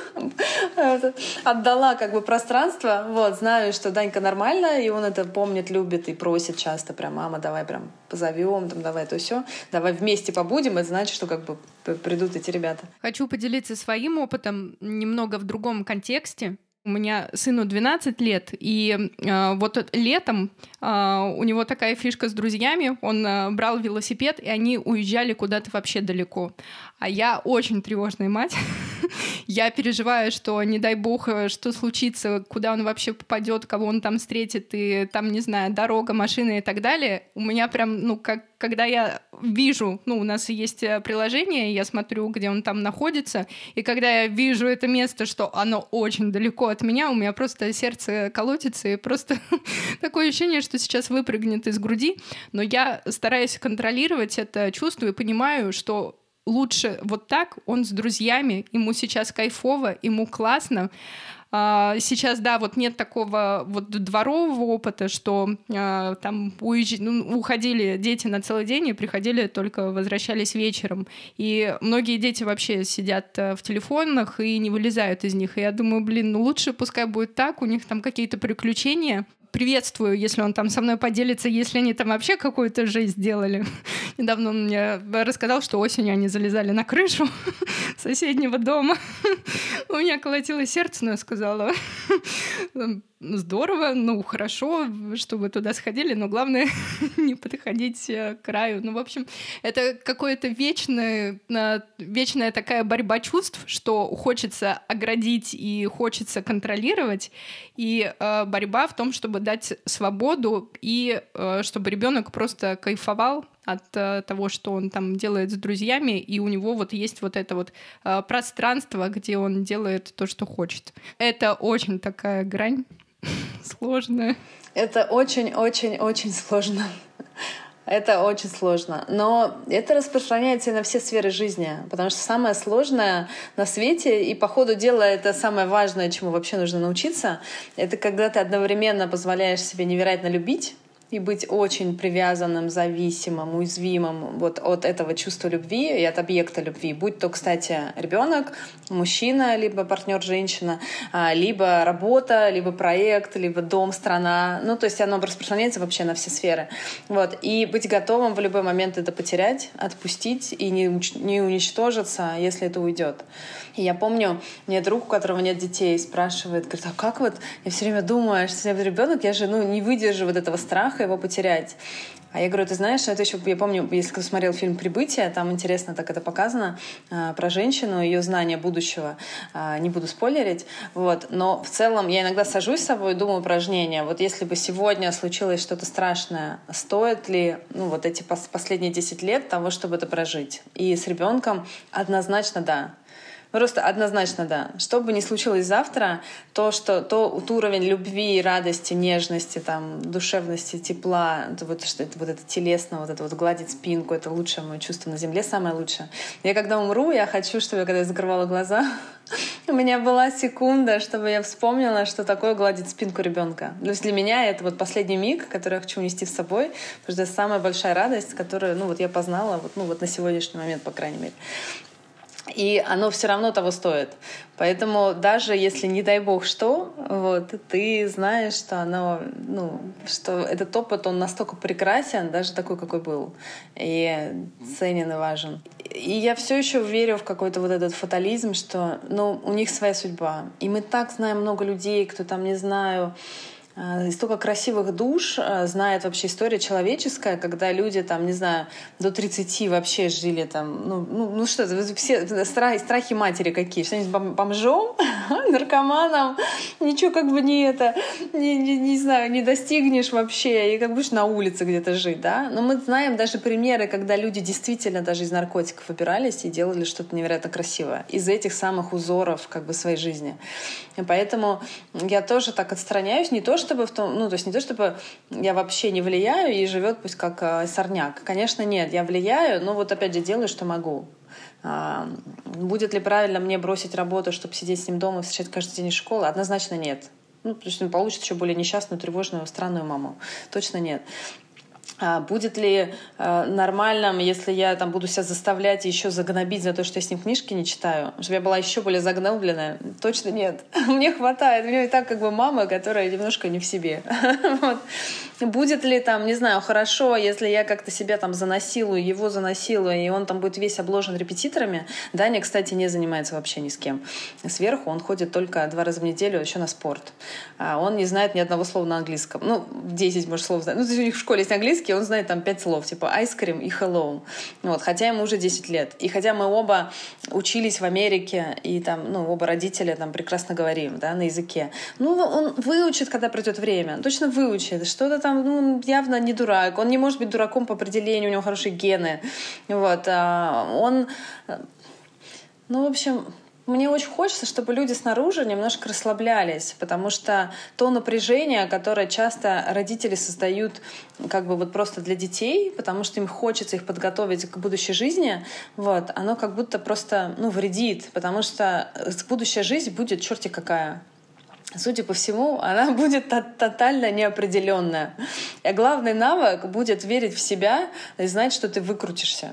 отдала как бы пространство, вот, знаю, что Данька нормально, и он это помнит, любит и просит часто прям: мама, давай прям позовем, там, давай то все, давай вместе побудем, это значит, что как бы придут эти ребята. Хочу поделиться своим опытом немного в другом контексте. У меня сыну двенадцать лет, и э, вот летом э, у него такая фишка с друзьями, он э, брал велосипед, и они уезжали куда-то вообще далеко. А я очень тревожная мать. Я переживаю, что, не дай бог, что случится, куда он вообще попадет, кого он там встретит, и там, не знаю, дорога, машина и так далее. У меня прям, ну, как когда я вижу, ну, у нас есть приложение, я смотрю, где он там находится, и когда я вижу это место, что оно очень далеко от меня, у меня просто сердце колотится, и просто такое ощущение, что сейчас выпрыгнет из груди. Но я стараюсь контролировать это чувство и понимаю, что лучше вот так, он с друзьями, ему сейчас кайфово, ему классно. Сейчас, да, вот нет такого вот дворового опыта, что э, там уезж... ну, уходили дети на целый день и приходили, только возвращались вечером. И многие дети вообще сидят в телефонах и не вылезают из них. И я думаю, блин, ну лучше пускай будет так, у них там какие-то приключения. Приветствую, если он там со мной поделится, если они там вообще какую-то жизнь сделали. Недавно он мне рассказал, что осенью они залезали на крышу соседнего дома. У меня колотилось сердце, но я сказала: здорово, ну хорошо, что вы туда сходили, но главное не подходить к краю. Ну, в общем, это какое-то вечное, вечная такая борьба чувств, что хочется оградить и хочется контролировать, и э, борьба в том, чтобы дать свободу и э, чтобы ребенок просто кайфовал от э, того, что он там делает с друзьями, и у него вот есть вот это вот э, пространство, где он делает то, что хочет. Это очень такая грань сложная. Это очень-очень-очень сложно. Это очень сложно. Но это распространяется и на все сферы жизни, потому что самое сложное на свете, и по ходу дела это самое важное, чему вообще нужно научиться, это когда ты одновременно позволяешь себе невероятно любить и быть очень привязанным, зависимым, уязвимым вот от этого чувства любви и от объекта любви. Будь то, кстати, ребенок, мужчина, либо партнер женщина, либо работа, либо проект, либо дом, страна. Ну, то есть оно распространяется вообще на все сферы. Вот. И быть готовым в любой момент это потерять, отпустить и не, не уничтожиться, если это уйдет. И я помню, мне друг, у которого нет детей, спрашивает, говорит: а как вот, я все время думаю, что если ребенок, я же ну, не выдержу вот этого страха его потерять. А я говорю: ты знаешь, это еще, я помню, если кто смотрел фильм «Прибытие», там интересно так это показано, э, про женщину, ее знание будущего. Э, не буду спойлерить. Вот. Но в целом я иногда сажусь с собой и думаю упражнения. Вот если бы сегодня случилось что-то страшное, стоит ли ну, вот эти пос- последние десять лет того, чтобы это прожить? И с ребенком однозначно да. Просто однозначно да. Что бы ни случилось завтра, то, что то, тот уровень любви, радости, нежности, там, душевности, тепла, это вот, что это, вот это телесно, вот это вот гладить спинку, это лучшее мое чувство на земле, самое лучшее. Я когда умру, я хочу, чтобы, когда я закрывала глаза, у меня была секунда, чтобы я вспомнила, что такое гладить спинку ребенка. То есть для меня это вот последний миг, который я хочу унести с собой, потому что это самая большая радость, которую ну, вот я познала вот, ну, вот на сегодняшний момент, по крайней мере. И оно все равно того стоит. Поэтому даже если, не дай бог, что, вот, ты знаешь, что оно, ну, что этот опыт, он настолько прекрасен, даже такой, какой был, и ценен и важен. И я все еще верю в какой-то вот этот фатализм, что, ну, у них своя судьба. И мы так знаем много людей, кто там, не знаю, и столько красивых душ знает вообще история человеческая, когда люди там, не знаю, до тридцати вообще жили там, ну, ну, ну что, все страхи, страхи матери какие, что-нибудь бомжом, наркоманом, ничего как бы не это, не, не, не знаю, не достигнешь вообще, и как будешь на улице где-то жить, да. Но мы знаем даже примеры, когда люди действительно даже из наркотиков выбирались и делали что-то невероятно красивое из этих самых узоров как бы своей жизни. И поэтому я тоже так отстраняюсь, не то, что чтобы в том, ну, то есть не то, чтобы я вообще не влияю и живет пусть как э, сорняк. Конечно, нет, я влияю, но вот опять же делаю, что могу. А, будет ли правильно мне бросить работу, чтобы сидеть с ним дома и встречать каждый день из школы? Однозначно нет. Ну, потому что он получит еще более несчастную, тревожную, странную маму. Точно нет. А будет ли э, нормальным, если я там буду себя заставлять и еще загнобить за то, что я с ним книжки не читаю, чтобы я была еще более загнобленная? Точно нет. Мне хватает. У меня и так как бы мама, которая немножко не в себе. Вот. Будет ли там, не знаю, хорошо, если я как-то себя там занасилую, его занасилую, и он там будет весь обложен репетиторами? Даня, кстати, не занимается вообще ни с кем. Сверху он ходит только два раза в неделю еще на спорт. А он не знает ни одного слова на английском. Ну, десять, может, слов знает. Ну, у них в школе есть английский, он знает там пять слов, типа ice cream и hello. Вот, хотя ему уже десять лет. И хотя мы оба учились в Америке, и там, ну, оба родителя там прекрасно говорим, да, на языке. Ну, он выучит, когда придет время. Он точно выучит. Что-то там, ну, он явно не дурак. Он не может быть дураком по определению, у него хорошие гены. Вот. А он... Ну, в общем... Мне очень хочется, чтобы люди снаружи немножко расслаблялись, потому что то напряжение, которое часто родители создают как бы вот просто для детей, потому что им хочется их подготовить к будущей жизни, вот, оно как будто просто ну, вредит, потому что будущая жизнь будет черти какая. Судя по всему, она будет тотально неопределенная. И главный навык будет верить в себя и знать, что ты выкрутишься.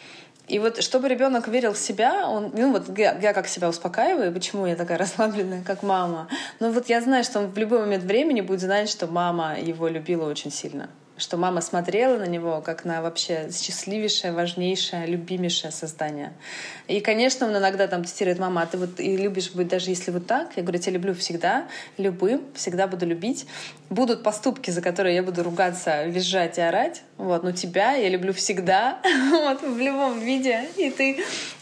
И вот чтобы ребенок верил в себя, он, ну вот я, я как себя успокаиваю, почему я такая расслабленная, как мама. Но вот я знаю, что он в любой момент времени будет знать, что мама его любила очень сильно. Что мама смотрела на него как на вообще счастливейшее, важнейшее, любимейшее создание. И, конечно, он иногда там тестирует: мама, а ты вот и любишь быть даже если вот так? Я говорю, я тебя люблю всегда, любым, всегда буду любить. Будут поступки, за которые я буду ругаться, визжать и орать. Вот, но тебя я люблю всегда, вот, в любом виде. И ты,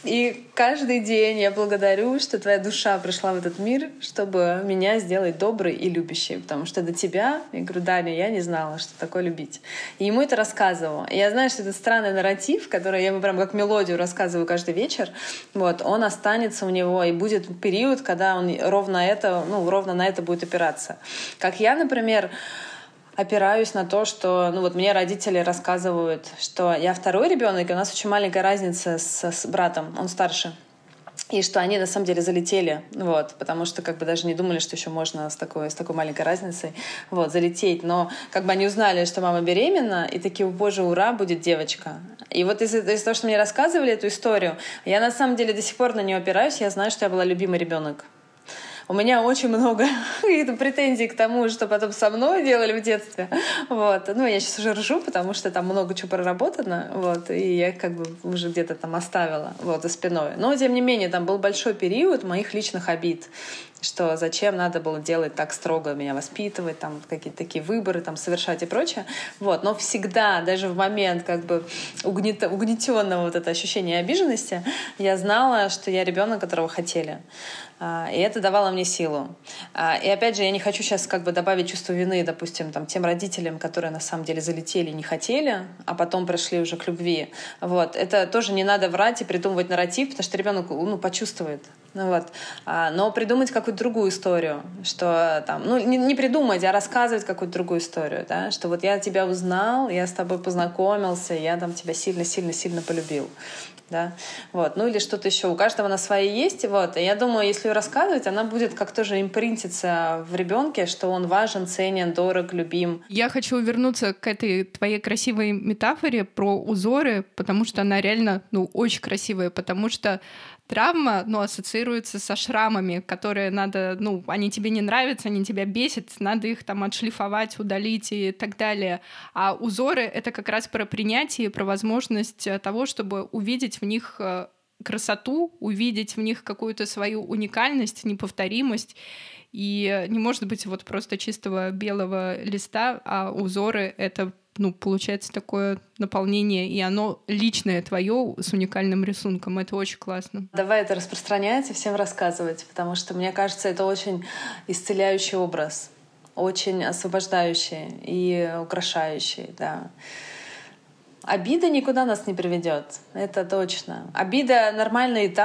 и каждый день я благодарю, что твоя душа пришла в этот мир, чтобы меня сделать доброй и любящей. Потому что до тебя, я говорю, Даня, я не знала, что такое любить. И ему это рассказывала. И я знаю, что это странный нарратив, который я ему прям как мелодию рассказываю каждый вечер. Вот, он останется у него, и будет период, когда он ровно это, ну, ровно на это будет опираться. Как я, например, опираюсь на то, что, ну вот мне родители рассказывают, что я второй ребенок, и у нас очень маленькая разница с, с братом, он старше. И что они на самом деле залетели, вот, потому что как бы даже не думали, что еще можно с такой, с такой маленькой разницей вот, залететь. Но как бы они узнали, что мама беременна, и такие, боже, ура, будет девочка. И вот из-за, из-за того, что мне рассказывали эту историю, я на самом деле до сих пор на нее опираюсь, я знаю, что я была любимый ребенок. У меня очень много претензий к тому, что потом со мной делали в детстве. Вот. Ну, я сейчас уже ржу, потому что там много чего проработано, вот, и я как бы уже где-то там оставила вот, за спиной. Но, тем не менее, там был большой период моих личных обид, что зачем надо было делать так строго, меня воспитывать, там какие-то такие выборы там, совершать и прочее. Вот. Но всегда, даже в момент как бы угнет... угнетенного вот это ощущения обиженности, я знала, что я ребенок, которого хотели. И это давало мне силу. И опять же, я не хочу сейчас как бы добавить чувство вины, допустим, там, тем родителям, которые на самом деле залетели и не хотели, а потом пришли уже к любви. Вот. Это тоже не надо врать и придумывать нарратив, потому что ребенок ну, почувствует. Ну, вот. Но придумать какую-то другую историю, что там, ну, не, не придумать, а рассказывать какую-то другую историю, да? Что вот я тебя узнал, я с тобой познакомился, я там тебя сильно-сильно-сильно полюбил. Да? Вот. Ну или что-то еще. У каждого на своей есть. Вот. И я думаю, если ее рассказывать, она будет как тоже импринтиться в ребенке, что он важен, ценен, дорог, любим. Я хочу вернуться к этой твоей красивой метафоре про узоры, потому что она реально ну, очень красивая, потому что травма, ну, ассоциируется со шрамами, которые надо, ну, они тебе не нравятся, они тебя бесят, надо их там отшлифовать, удалить и так далее. А узоры — это как раз про принятие, про возможность того, чтобы увидеть в них красоту, увидеть в них какую-то свою уникальность, неповторимость. И не может быть вот просто чистого белого листа, а узоры — это ну, получается такое наполнение, и оно личное твое с уникальным рисунком. Это очень классно. Давай это распространять и всем рассказывать, потому что, мне кажется, это очень исцеляющий образ, очень освобождающий и украшающий, да. Обида никуда нас не приведет, это точно. Обида — нормальный этап,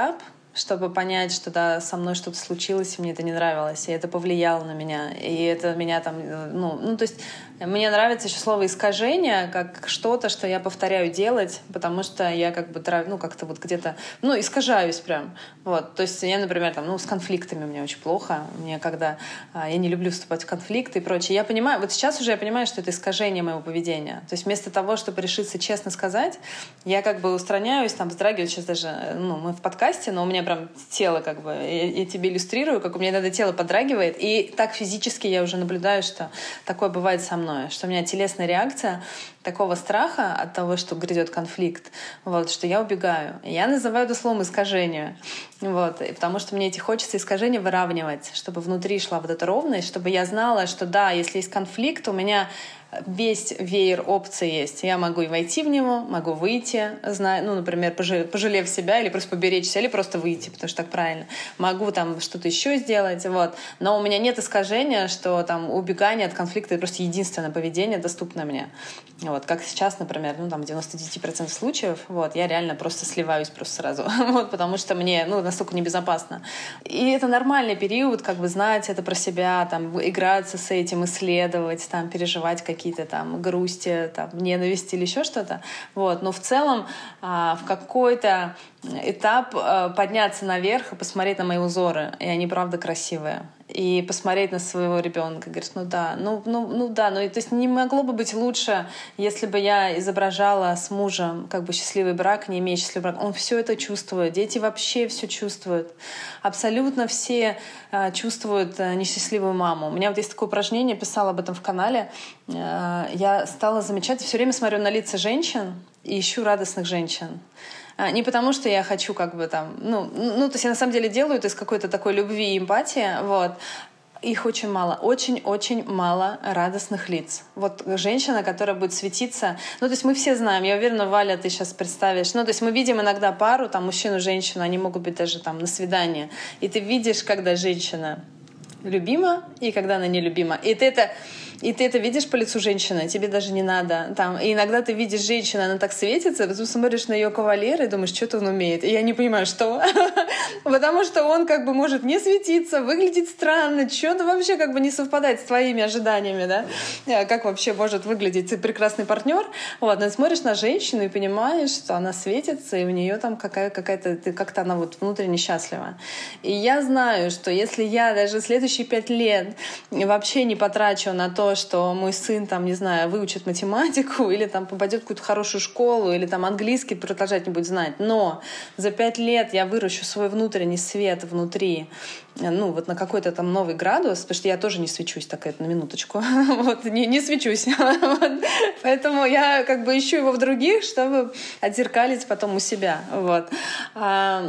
чтобы понять, что да, со мной что-то случилось, и мне это не нравилось, и это повлияло на меня, и это меня там, ну, ну то есть мне нравится еще слово «искажение», как что-то, что я повторяю делать, потому что я как бы, ну, как-то вот где-то, ну, искажаюсь прям, вот, то есть я, например, там, ну, с конфликтами мне очень плохо, мне когда, я не люблю вступать в конфликты и прочее, я понимаю, вот сейчас уже я понимаю, что это искажение моего поведения, то есть вместо того, чтобы решиться честно сказать, я как бы устраняюсь, там, вздрагиваю, сейчас даже, ну, мы в подкасте, но у меня прям тело как бы, я, я тебе иллюстрирую, как у меня иногда тело подрагивает, и так физически я уже наблюдаю, что такое бывает со мной, что у меня телесная реакция такого страха от того, что грядет конфликт, вот, что я убегаю. Я называю это словом искажение, вот, и потому что мне эти хочется искажения выравнивать, чтобы внутри шла вот эта ровность, чтобы я знала, что да, если есть конфликт, у меня весь веер опций есть. Я могу и войти в него, могу выйти, зная, ну, например, пожалев себя, или просто поберечься, или просто выйти, потому что так правильно. Могу там что-то еще сделать, вот. Но у меня нет искажения, что там убегание от конфликта — это просто единственное поведение, доступное мне. Вот. Как сейчас, например, ну, там, в девяноста девяти процентах случаев, вот, я реально просто сливаюсь просто сразу, вот, потому что мне, ну, настолько небезопасно. И это нормальный период, как бы знать это про себя, там, играться с этим, исследовать, там, переживать какие какие-то там грусти, там, ненависти или еще что-то. Вот. Но в целом а, в какой-то этап а, подняться наверх и посмотреть на мои узоры. И они правда красивые. И посмотреть на своего ребенка. Говорит, ну да, ну, ну, ну да. Ну, то есть не могло бы быть лучше, если бы я изображала с мужем как бы счастливый брак, не имея счастливый брак. Он все это чувствует. Дети вообще все чувствуют. Абсолютно все а, чувствуют а, несчастливую маму. У меня вот есть такое упражнение, писала об этом в канале. А, я стала замечать, все время смотрю на лица женщин и ищу радостных женщин. Не потому, что я хочу как бы там... Ну, ну, то есть я на самом деле делаю это из какой-то такой любви и эмпатии, вот. Их очень мало, очень-очень мало радостных лиц. Вот женщина, которая будет светиться... Ну, то есть мы все знаем, я уверена, Валя, ты сейчас представишь. Ну, то есть мы видим иногда пару, там, мужчину, женщину, они могут быть даже там на свидании. И ты видишь, когда женщина любима и когда она нелюбима. И ты это... И ты это видишь по лицу женщины, тебе даже не надо. Там, и иногда ты видишь женщину, она так светится, потом смотришь на ее кавалера и думаешь, что-то он умеет. И я не понимаю, что. Потому что он как бы может не светиться, выглядеть странно, что-то вообще как бы не совпадает с твоими ожиданиями, да? Как вообще может выглядеть прекрасный партнер. Вот, но ты смотришь на женщину и понимаешь, что она светится, и у нее там какая- какая-то, как-то она вот внутренне счастлива. И я знаю, что если я даже следующие пять лет вообще не потрачу на то, что мой сын, там, не знаю, выучит математику или там попадет в какую-то хорошую школу или там английский продолжать не будет знать. Но за пять лет я выращу свой внутренний свет внутри, ну, вот на какой-то там новый градус, потому что я тоже не свечусь, так это на минуточку. Вот, не, не свечусь. Вот. Поэтому я как бы ищу его в других, чтобы отзеркалить потом у себя. Вот. А,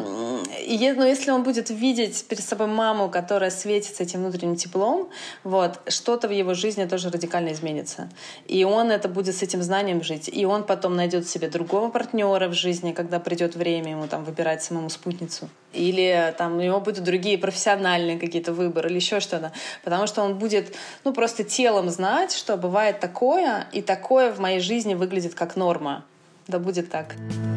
и, но если он будет видеть перед собой маму, которая светится этим внутренним теплом, вот, что-то в его жизни тоже радикально изменится. И он это будет с этим знанием жить. И он потом найдет себе другого партнера в жизни, когда придет время ему там выбирать самому спутницу. Или там у него будут другие профессиональные какие-то выборы или еще что-то. Потому что он будет, ну, просто телом знать, что бывает такое, и такое в моей жизни выглядит как норма. Да будет так.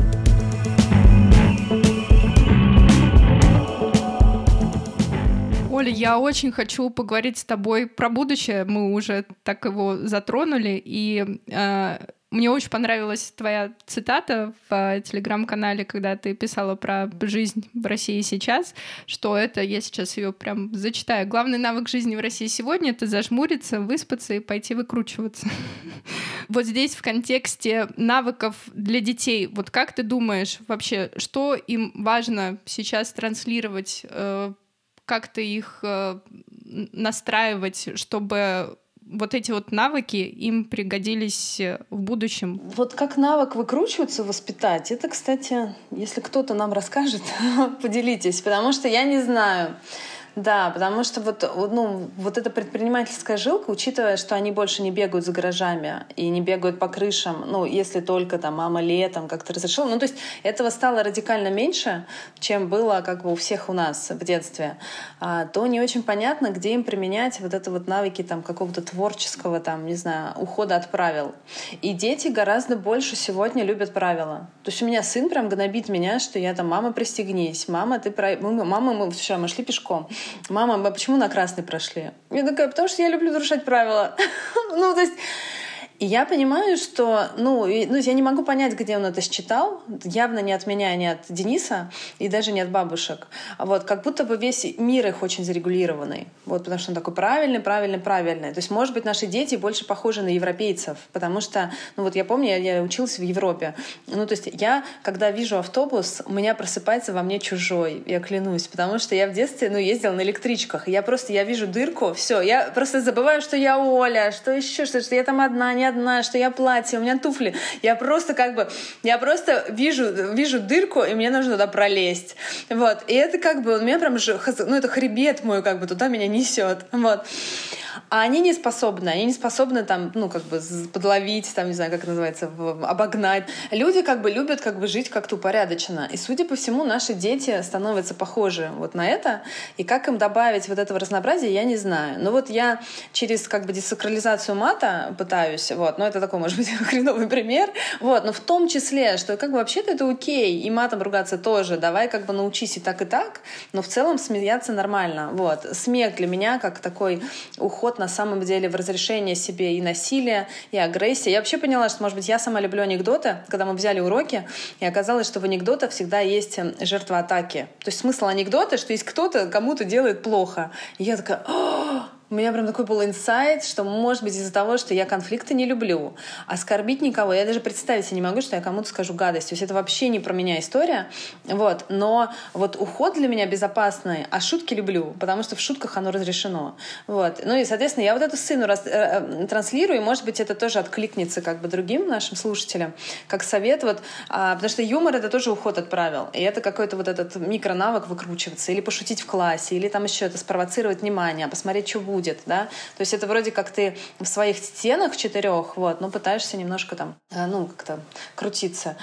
Оля, я очень хочу поговорить с тобой про будущее. Мы уже так его затронули. И э, мне очень понравилась твоя цитата в телеграм-канале, когда ты писала про жизнь в России сейчас, что это, я сейчас ее прям зачитаю, главный навык жизни в России сегодня — это зажмуриться, выспаться и пойти выкручиваться. Вот здесь в контексте навыков для детей, вот как ты думаешь вообще, что им важно сейчас транслировать, как-то их э, настраивать, чтобы вот эти вот навыки им пригодились в будущем? Вот как навык выкручиваться, воспитать, это, кстати, если кто-то нам расскажет, поделитесь, потому что я не знаю. Да, потому что вот, ну, вот эта предпринимательская жилка, учитывая, что они больше не бегают за гаражами и не бегают по крышам, ну, если только там мама летом как-то разрешила. Ну, то есть этого стало радикально меньше, чем было как бы у всех у нас в детстве. А, то не очень понятно, где им применять вот это вот навыки там какого-то творческого, там, не знаю, ухода от правил. И дети гораздо больше сегодня любят правила. То есть у меня сын прям гнобит меня, что я там: мама, пристегнись, мама, ты про... мама, мы вчера мы шли пешком. Мама, мы почему на красный прошли? Я такая: потому что я люблю нарушать правила. Ну, то есть... И я понимаю, что, ну, и, ну, я не могу понять, где он это считал, явно не от меня, не от Дениса, и даже не от бабушек. Вот, как будто бы весь мир их очень зарегулированный. Вот, потому что он такой правильный, правильный, правильный. То есть, может быть, наши дети больше похожи на европейцев, потому что, ну, вот я помню, я, я училась в Европе. Ну, то есть я, когда вижу автобус, у меня просыпается во мне чужой, я клянусь, потому что я в детстве, ну, ездила на электричках, и я просто, я вижу дырку, все, я просто забываю, что я Оля, что еще, что, что я там одна, не одна, что я платье, у меня туфли. Я просто как бы, я просто вижу, вижу дырку, и мне нужно туда пролезть. Вот. И это как бы, у меня прям, ну, это хребет мой, как бы туда меня несет. Вот. А они не способны. Они не способны там, ну, как бы подловить, там, не знаю, как это называется, обогнать. Люди как бы любят как бы жить как-то упорядоченно. И, судя по всему, наши дети становятся похожи вот на это. И как им добавить вот этого разнообразия, я не знаю. Но вот я через как бы десакрализацию мата пытаюсь, вот, но это такой, может быть, хреновый пример, вот, но в том числе, что как бы вообще-то это окей, и матом ругаться тоже, давай как бы научись и так, и так, но в целом смеяться нормально, вот. Смех для меня как такой уход на самом деле в разрешение себе и насилия, и агрессии. Я вообще поняла, что, может быть, я сама люблю анекдоты, когда мы взяли уроки, и оказалось, что в анекдотах всегда есть жертва атаки. То есть смысл анекдота, что есть кто-то, кому-то делает плохо. И я такая: у меня прям такой был инсайт, что, может быть, из-за того, что я конфликты не люблю, оскорбить никого, я даже представить себе не могу, что я кому-то скажу гадость. То есть это вообще не про меня история. Вот. Но вот уход для меня безопасный, а шутки люблю, потому что в шутках оно разрешено. Вот. Ну и, соответственно, я вот это сыну раз, э, транслирую, и, может быть, это тоже откликнется как бы другим нашим слушателям, как совет. Вот, а, потому что юмор — это тоже уход от правил. И это какой-то вот этот микронавык выкручиваться, или пошутить в классе, или там еще это спровоцировать внимание, посмотреть, что будет. Будет, да? То есть это вроде как ты в своих стенах четырех, вот, но пытаешься немножко там, ну, как-то крутиться.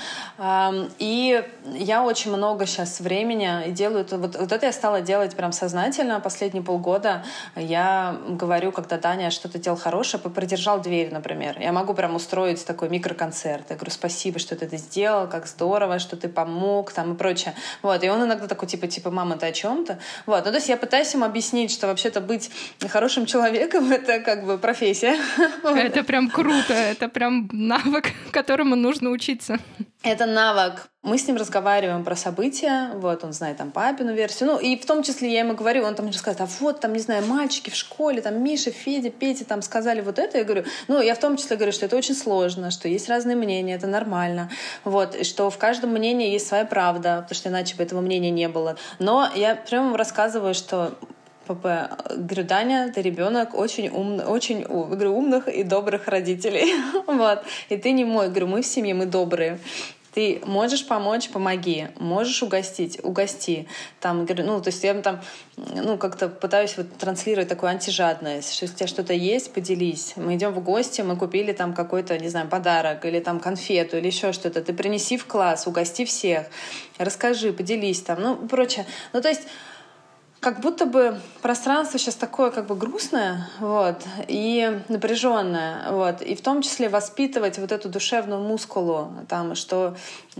И я очень много сейчас времени делаю, вот, вот это я стала делать прям сознательно последние полгода. Я говорю, когда Даня что-то делал хорошее, продержал дверь, например. Я могу прям устроить такой микроконцерт. Я говорю: спасибо, что ты это сделал, как здорово, что ты помог, там, и прочее. Вот. И он иногда такой, типа, типа, мама, ты о чем-то? Вот. Ну, то есть я пытаюсь ему объяснить, что вообще-то быть хорошим человеком — это как бы профессия. Это прям круто, это прям навык, которому нужно учиться. Это навык. Мы с ним разговариваем про события, вот, он знает там папину версию, ну, и в том числе я ему говорю, он там рассказывает: а вот, там, не знаю, мальчики в школе, там, Миша, Федя, Петя, там, сказали вот это, я говорю, ну, я в том числе говорю, что это очень сложно, что есть разные мнения, это нормально, вот, и что в каждом мнении есть своя правда, потому что иначе бы этого мнения не было. Но я прямо рассказываю, что Папа, говорю: Даня, ты ребенок очень умный, очень говорю, умных и добрых родителей. Вот. И ты не мой. Говорю: мы в семье, мы добрые. Ты можешь помочь — помоги. Можешь угостить — угости. Там, говорю, ну, то есть я там, ну, как-то пытаюсь вот транслировать такую антижадность, что если у тебя что-то есть, поделись. Мы идем в гости, мы купили там какой-то, не знаю, подарок или там конфету или еще что-то. Ты принеси в класс, угости всех, расскажи, поделись там, ну, прочее. Ну, то есть как будто бы пространство сейчас такое как бы грустное, вот, и напряженное, вот, и в том числе воспитывать вот эту душевную мускулу, там, что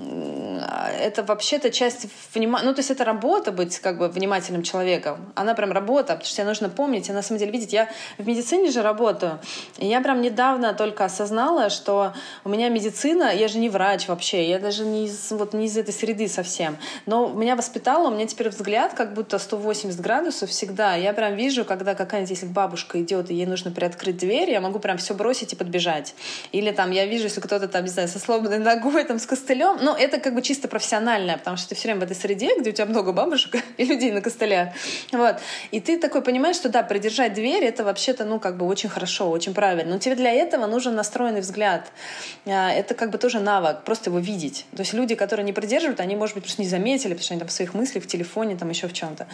это вообще-то часть внимания, ну, то есть это работа быть как бы внимательным человеком, она прям работа, потому что тебе нужно помнить, и на самом деле, видите, я в медицине же работаю, и я прям недавно только осознала, что у меня медицина, я же не врач вообще, я даже не из, вот, не из этой среды совсем, но меня воспитала, у меня теперь взгляд как будто сто восемьдесят градусов всегда. Я прям вижу, когда какая-нибудь, если бабушка идет, и ей нужно приоткрыть дверь, я могу прям все бросить и подбежать. Или там я вижу, если кто-то там, не знаю, со сломанной ногой, там, с костылем. Ну, это как бы чисто профессиональное, потому что ты все время в этой среде, где у тебя много бабушек и людей на костылях. Вот. И ты такой понимаешь, что да, придержать дверь — это вообще-то, ну, как бы очень хорошо, очень правильно. Но тебе для этого нужен настроенный взгляд. Это как бы тоже навык, просто его видеть. То есть люди, которые не придерживают, они, может быть, просто не заметили, потому что они там в своих мыслях, в телефоне, там еще в чем-то. Вот.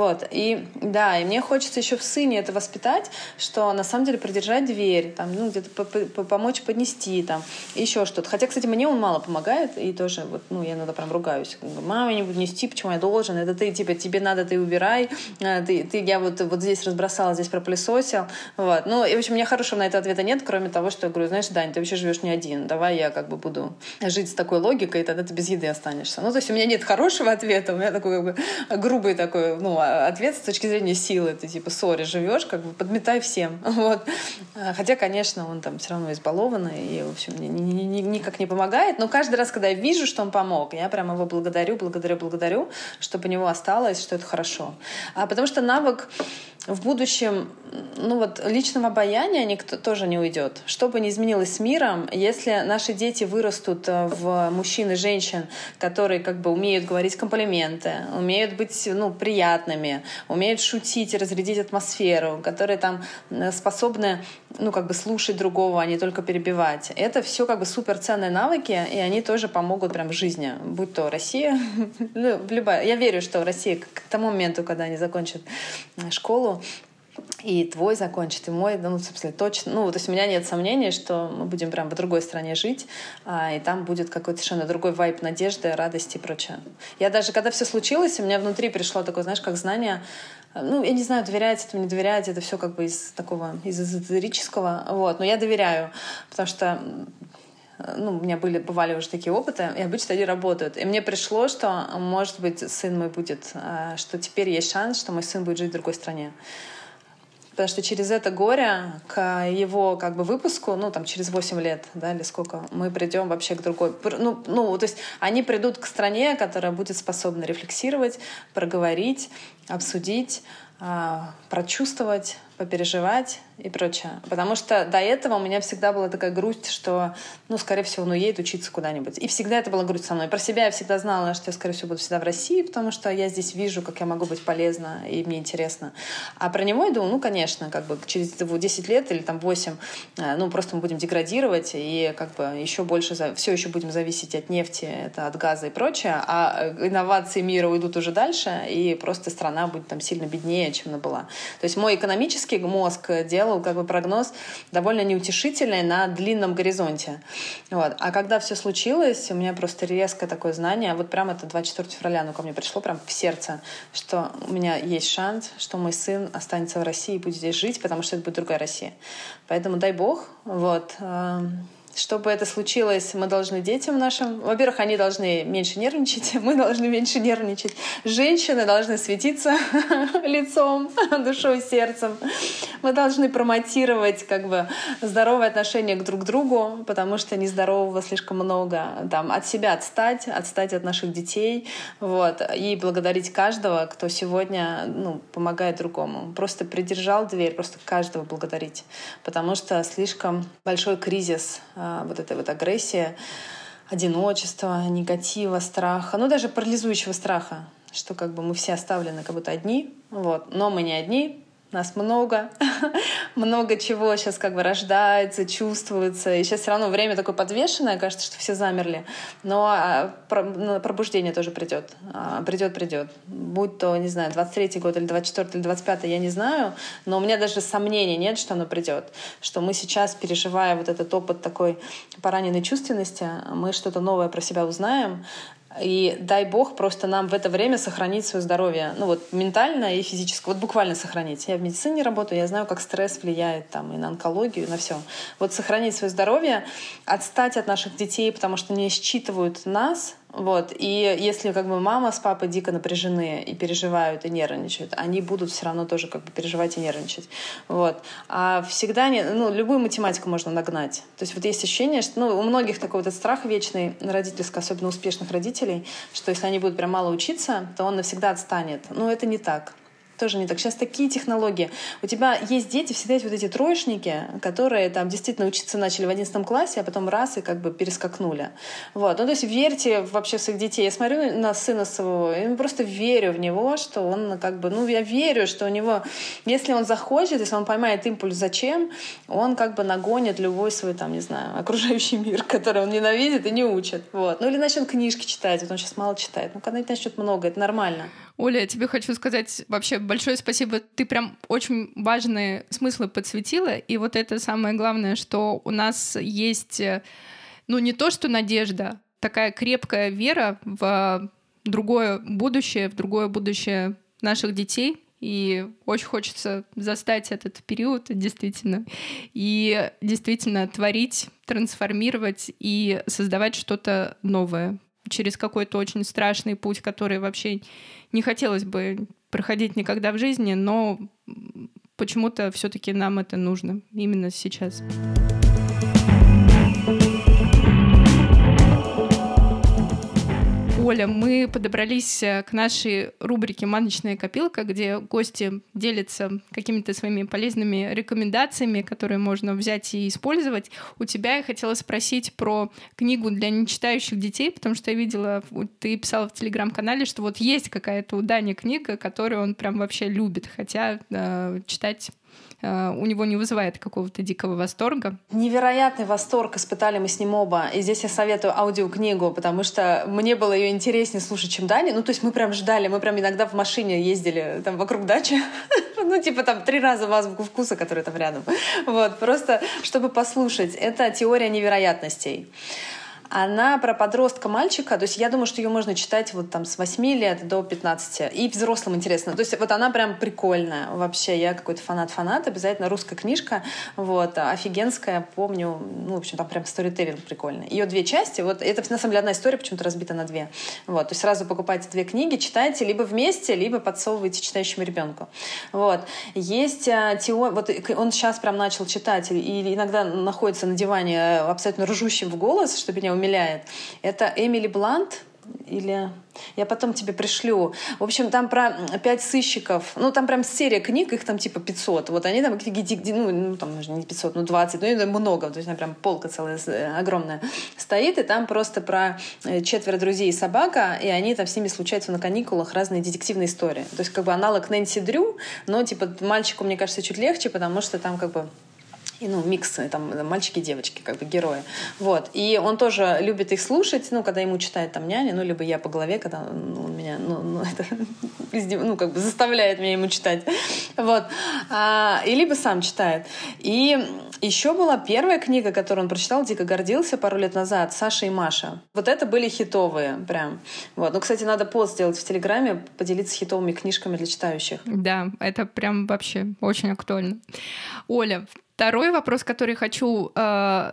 Вот. И да, и мне хочется еще в сыне это воспитать, что на самом деле придержать дверь, там, ну, где-то помочь поднести, там, еще что-то. Хотя, кстати, мне он мало помогает, и тоже, вот, ну, я иногда прям ругаюсь. Мама, я не буду нести, почему я должен? Это ты, типа, тебе надо, ты убирай. Ты, ты, я вот, вот здесь разбросала, здесь пропылесосил. Вот. Ну, и, в общем, у меня хорошего на это ответа нет, кроме того, что я говорю, знаешь, Дань, ты вообще живешь не один. Давай я как бы буду жить с такой логикой, и тогда ты без еды останешься. Ну, то есть у меня нет хорошего ответа, у меня такой, как бы, грубый такой, ну, ответ с точки зрения силы. Ты, типа, сори, живешь, как бы, подметай всем. Вот. Хотя, конечно, он там все равно избалованный и, в общем, ни, ни, ни, никак не помогает. Но каждый раз, когда я вижу, что он помог, я прям его благодарю, благодарю, благодарю, чтобы у него осталось, что это хорошо. А потому что навык в будущем, ну вот, личного обаяния никто тоже не уйдет. Что бы ни изменилось с миром, если наши дети вырастут в мужчин и женщин, которые как бы умеют говорить комплименты, умеют быть, ну, приятными, умеют шутить и разрядить атмосферу, которые там способны, ну, как бы слушать другого, а не только перебивать. Это все как бы суперценные навыки, и они тоже помогут прям в жизни. Будь то Россия, любая. Я верю, что Россия к тому моменту, когда они закончат школу, и твой закончит, и мой, ну, собственно, точно. Ну, то есть у меня нет сомнений, что мы будем прям в другой стране жить, а, и там будет какой-то совершенно другой вайб надежды, радости и прочее. Я даже, когда все случилось, у меня внутри пришло такое, знаешь, как знание, ну, я не знаю, доверять этому, не доверять, это все как бы из такого, из эзотерического, вот, но я доверяю, потому что ну, у меня были, бывали уже такие опыты, и обычно они работают. И мне пришло, что, может быть, сын мой будет, что теперь есть шанс, что мой сын будет жить в другой стране. Потому что через это горе к его как бы выпуску, ну, там, через восемь лет, да, или сколько, мы придем вообще к другой... Ну, ну, то есть они придут к стране, которая будет способна рефлексировать, проговорить, обсудить, прочувствовать, попереживать и прочее. Потому что до этого у меня всегда была такая грусть, что, ну, скорее всего, он уедет учиться куда-нибудь. И всегда это была грусть со мной. Про себя я всегда знала, что я, скорее всего, буду всегда в России, потому что я здесь вижу, как я могу быть полезна, и мне интересно. А про него я думаю, ну, конечно, как бы через десять лет или там восемь, ну, просто мы будем деградировать, и как бы еще больше, все еще будем зависеть от нефти, это от газа и прочее, а инновации мира уйдут уже дальше, и просто страна будет там сильно беднее, чем она была. То есть мой экономический мозг делал как бы прогноз довольно неутешительный на длинном горизонте. Вот. А когда все случилось, у меня просто резко такое знание, вот прям это двадцать четвёртого февраля, ну, ко мне пришло прям в сердце, что у меня есть шанс, что мой сын останется в России и будет здесь жить, потому что это будет другая Россия. Поэтому дай бог, вот. Чтобы это случилось, мы должны детям нашим... Во-первых, они должны меньше нервничать, мы должны меньше нервничать. Женщины должны светиться лицом, душой, сердцем. Мы должны промотировать как бы здоровое отношение к друг другу, потому что нездорового слишком много. Там, от себя отстать, отстать от наших детей. Вот, и благодарить каждого, кто сегодня, ну, помогает другому. Просто придержал дверь, просто каждого благодарить. Потому что слишком большой кризис вот этой вот агрессии, одиночества, негатива, страха, ну даже парализующего страха, что как бы мы все оставлены как будто одни, вот. Но мы не одни, нас много, много чего сейчас как бы рождается, чувствуется. И сейчас все равно время такое подвешенное, кажется, что все замерли. Но пробуждение тоже придет. Придет, придет. Будь то, не знаю, двадцать третий год или двадцать четвёртый или двадцать пятый, я не знаю. Но у меня даже сомнений нет, что оно придет. Что мы сейчас, переживая вот этот опыт такой пораненной чувственности, мы что-то новое про себя узнаем. И дай бог просто нам в это время сохранить свое здоровье. Ну вот ментально и физически. Вот буквально сохранить. Я в медицине работаю, я знаю, как стресс влияет там, и на онкологию, и на все. Вот сохранить свое здоровье, отстать от наших детей, потому что они считывают нас. Вот. И если как бы мама с папой дико напряжены и переживают, и нервничают, они будут все равно тоже как бы переживать и нервничать. Вот. А всегда не, ну, любую математику можно нагнать. То есть вот есть ощущение, что ну, у многих такой вот этот страх вечный, родительский, особенно успешных родителей, что если они будут прям мало учиться, то он навсегда отстанет. Но это не так. тоже не так. Сейчас такие технологии. У тебя есть дети, всегда есть вот эти троечники, которые там действительно учиться начали в одиннадцатом классе, а потом раз и как бы перескакнули. Вот. Ну, то есть верьте вообще в своих детей. Я смотрю на сына своего, и просто верю в него, что он как бы, ну, я верю, что у него, если он захочет, если он поймает импульс зачем, он как бы нагонит любой свой, там, не знаю, окружающий мир, который он ненавидит и не учит. Вот. Ну, или начнет книжки читать, вот он сейчас мало читает. Ну, когда-нибудь начнет много, это нормально. Оля, я тебе хочу сказать вообще большое спасибо. Ты прям очень важные смыслы подсветила, и вот это самое главное, что у нас есть, ну, не то что надежда, такая крепкая вера в другое будущее, в другое будущее наших детей, и очень хочется застать этот период, действительно, и действительно творить, трансформировать и создавать что-то новое через какой-то очень страшный путь, который вообще не хотелось бы проходить никогда в жизни, но почему-то все-таки нам это нужно именно сейчас. Оля, мы подобрались к нашей рубрике «Маночная копилка», где гости делятся какими-то своими полезными рекомендациями, которые можно взять и использовать. У тебя я хотела спросить про книгу для нечитающих детей, потому что я видела, ты писала в Телеграм-канале, что вот есть какая-то у Дани книга, которую он прям вообще любит, хотя э, читать у него не вызывает какого-то дикого восторга. Невероятный восторг испытали мы с ним оба. И здесь я советую аудиокнигу, потому что мне было ее интереснее слушать, чем Дани. Ну, то есть мы прям ждали, мы прям иногда в машине ездили там вокруг дачи. Ну, типа там три раза в «Азбуку вкуса», которая там рядом. Вот, просто чтобы послушать. Это «Теория невероятностей». Она про подростка-мальчика, то есть я думаю, что ее можно читать вот там с восьми лет до пятнадцати, и взрослым интересно. То есть вот она прям прикольная вообще, я какой-то фанат-фанат, обязательно русская книжка, вот, офигенская, помню, ну, в общем, там прям сторителлинг прикольный. Ее две части, вот, это на самом деле одна история почему-то разбита на две. Вот, то есть сразу покупайте две книги, читайте либо вместе, либо подсовывайте читающему ребенку. Вот. Есть теория, вот он сейчас прям начал читать, и иногда находится на диване абсолютно ржущим в голос, чтобы меня умиляет. Это Эмили Блант, или... Я потом тебе пришлю. В общем, там про пять сыщиков. Ну, там прям серия книг, их там типа пятьсот. Вот они там, ну, ну там не пятьсот, ну, двадцать, ну, много. То есть, там прям полка целая огромная стоит, и там просто про четверо друзей и собака, и они там с ними случаются на каникулах разные детективные истории. То есть, как бы аналог Нэнси Дрю, но, типа, мальчику, мне кажется, чуть легче, потому что там, как бы, и, ну, микс, там, мальчики и девочки, как бы, герои. Вот. И он тоже любит их слушать, ну, когда ему читает там няня, ну, либо я по голове, когда ну, он меня, ну, ну, это, ну, как бы заставляет меня ему читать. Вот. А, и либо сам читает. И еще была первая книга, которую он прочитал, дико гордился пару лет назад, «Саша и Маша». Вот это были хитовые прям. Вот. Ну, кстати, надо пост сделать в Телеграме, поделиться хитовыми книжками для читающих. Да, это прям вообще очень актуально. Оля, второй вопрос, который хочу э,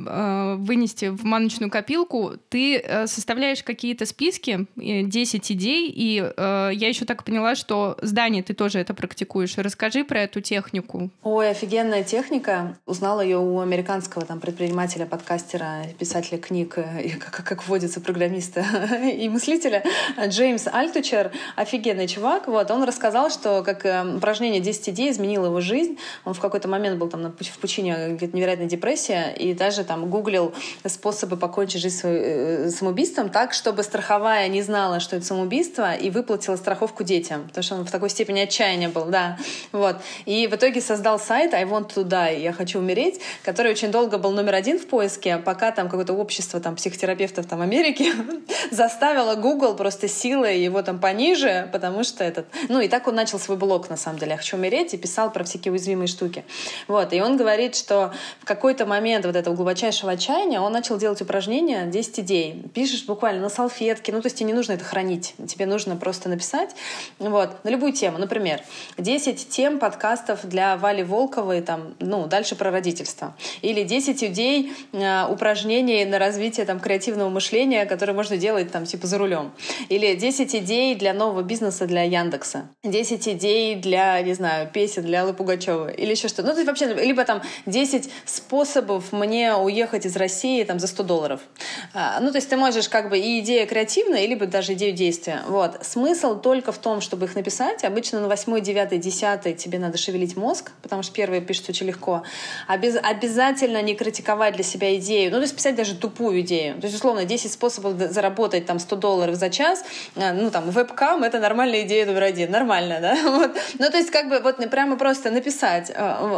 э, вынести в маночную копилку. Ты э, составляешь какие-то списки, э, десять идей, и э, я еще так поняла, что с Даней ты тоже это практикуешь. Расскажи про эту технику. Ой, офигенная техника. Узнала ее у американского там, предпринимателя, подкастера, писателя книг, и, как, как водится, программиста и мыслителя Джеймс Альтучер. Офигенный чувак. Вот. Он рассказал, что как упражнение десять идей изменило его жизнь. Он в какой-то момент был там в пучине где-то невероятной депрессии и даже там гуглил способы покончить жизнь своим самоубийством так, чтобы страховая не знала, что это самоубийство, и выплатила страховку детям, потому что он в такой степени отчаяния был, да. Вот. И в итоге создал сайт I want to die, я хочу умереть, который очень долго был номер один в поиске, пока там какое-то общество там, психотерапевтов там, Америки заставило Google просто силой его там пониже, потому что этот... Ну и так он начал свой блог, на самом деле, «Я хочу умереть», и писал про всякие уязвимые штуки. Вот. И он говорит, что в какой-то момент вот этого глубочайшего отчаяния он начал делать упражнения десять идей. Пишешь буквально на салфетке, ну то есть тебе не нужно это хранить, тебе нужно просто написать вот, на любую тему. Например, десять тем подкастов для Вали Волковой, там, ну, дальше про родительство. Или десять идей э, упражнений на развитие там, креативного мышления, которые можно делать там, типа за рулем. Или десять идей для нового бизнеса для Яндекса. десять идей для, не знаю, песен для Аллы Пугачевой. Или еще что-то. Ну, то есть вообще, либо там десять способов мне мне уехать из России там за сто долларов. Ну, то есть ты можешь как бы и идея креативная, либо даже идею действия. Вот. Смысл только в том, чтобы их написать. Обычно на восьмой, девятой, десятой тебе надо шевелить мозг, потому что первые пишут очень легко. Обяз- обязательно не критиковать для себя идею. Ну, то есть писать даже тупую идею. То есть, условно, десять способов заработать там сто долларов за час. Ну, там, вебкам — это нормальная идея номер один. Нормально, да? Вот. Ну, то есть, как бы, вот прямо просто написать.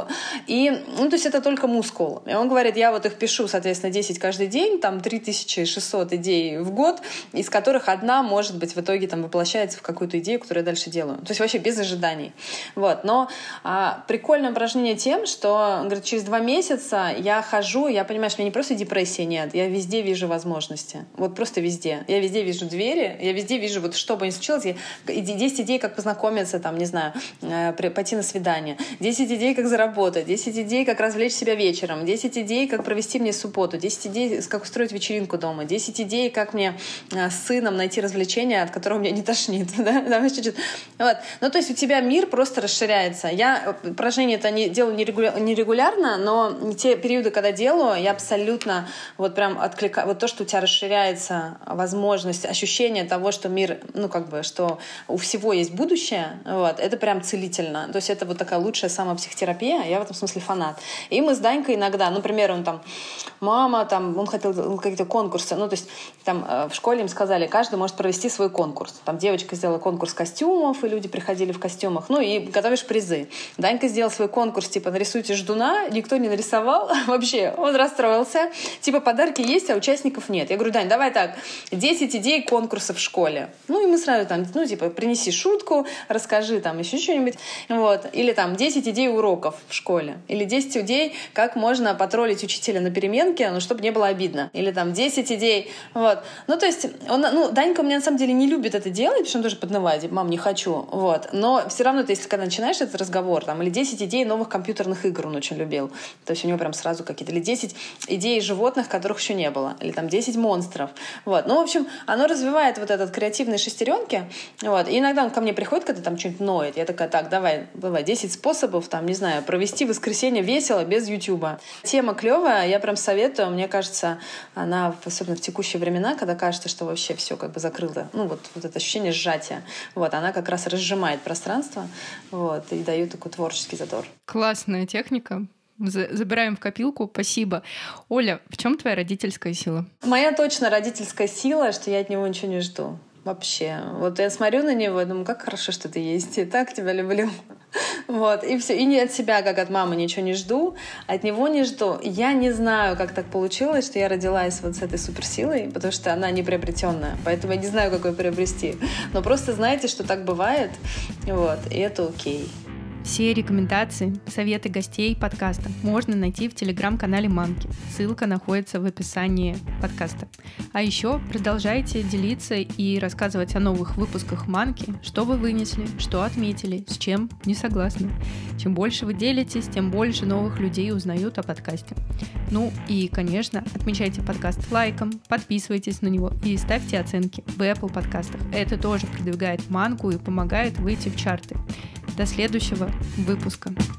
И, ну, то есть, это только мускул. И он говорит, я вот их пишу, соответственно, десять каждый день, там, три тысячи шестьсот идей в год, из которых одна, может быть, в итоге там воплощается в какую-то идею, которую я дальше делаю. То есть, вообще без ожиданий. Вот. Но а, прикольное упражнение тем, что, он говорит, через два месяца я хожу, я понимаю, что у меня не просто депрессии нет, я везде вижу возможности. Вот просто везде. Я везде вижу двери, я везде вижу, вот что бы ни случилось, я, десять идей, как познакомиться, там, не знаю, пойти на свидание, десять идей, как заработать, десять идей, как развлечь себя вечером, десять идей, как провести мне субботу, десять идей, как устроить вечеринку дома, десять идей, как мне с сыном найти развлечение, от которого меня не тошнит. Да? Вот. Ну, то есть у тебя мир просто расширяется. Я упражнения это не, делаю нерегулярно, но те периоды, когда делаю, я абсолютно вот прям откликаю. Вот то, что у тебя расширяется возможность, ощущение того, что мир, ну, как бы, что у всего есть будущее, вот, это прям целительно. То есть это вот такая лучшая самопсихотерапия, я в этом смысле фанат. И мы с Данькой иногда, например, он там, мама, там, он хотел какие-то конкурсы, ну, то есть там в школе им сказали, каждый может провести свой конкурс. Там девочка сделала конкурс костюмов, и люди приходили в костюмах, ну, и готовишь призы. Данька сделал свой конкурс, типа, нарисуйте ждуна, никто не нарисовал, вообще, он расстроился, типа, подарки есть, а участников нет. Я говорю, Дань, давай так, десять идей конкурса в школе. Ну, и мы сразу там, ну, типа, принеси шутку, расскажи там еще что-нибудь, вот. Или там десять идей уроков в школе. Или десять идей, как можно потроллить учителя на переменке, ну, чтобы не было обидно. Или там десять идей, вот. Ну, то есть, он, ну, Данька у меня на самом деле не любит это делать, потому что он тоже поднывает, типа, мам, не хочу, вот. Но все равно, то есть, когда начинаешь этот разговор, там, или десять идей новых компьютерных игр он очень любил. То есть, у него прям сразу какие-то, или десять идей животных, которых еще не было. Или там десять монстров. Вот. Ну, в общем, оно развивает вот этот креативные шестеренки. Вот. И иногда он ко мне приходит, когда там что-нибудь ноет. Я такая, так, давай, давай, десять способов, там, не знаю, провести воскресенье весело без Ютуба. Тема клевая, я прям советую. Мне кажется, она, особенно в текущие времена, когда кажется, что вообще все как бы закрыто. Ну, вот, вот это ощущение сжатия. Вот. Она как раз разжимает пространство, вот, и дает такой творческий задор. Классная техника. Забираем в копилку. Спасибо. Оля, в чем твоя родительская сила? Моя точно родительская сила, что я от него ничего не жду. Вообще. Вот я смотрю на него и думаю, как хорошо, что ты есть. Я так тебя люблю. Вот. И все. И не от себя, как от мамы, ничего не жду. От него не жду. Я не знаю, как так получилось, что я родилась вот с этой суперсилой, потому что она не приобретенная. Поэтому я не знаю, как ее приобрести. Но просто знайте, что так бывает. Вот. И это окей. Все рекомендации, советы гостей подкаста можно найти в телеграм-канале Манки. Ссылка находится в описании подкаста. А еще продолжайте делиться и рассказывать о новых выпусках Манки, что вы вынесли, что отметили, с чем не согласны. Чем больше вы делитесь, тем больше новых людей узнают о подкасте. Ну и, конечно, отмечайте подкаст лайком, подписывайтесь на него и ставьте оценки в Apple подкастах. Это тоже продвигает Манку и помогает выйти в чарты. До следующего выпуска.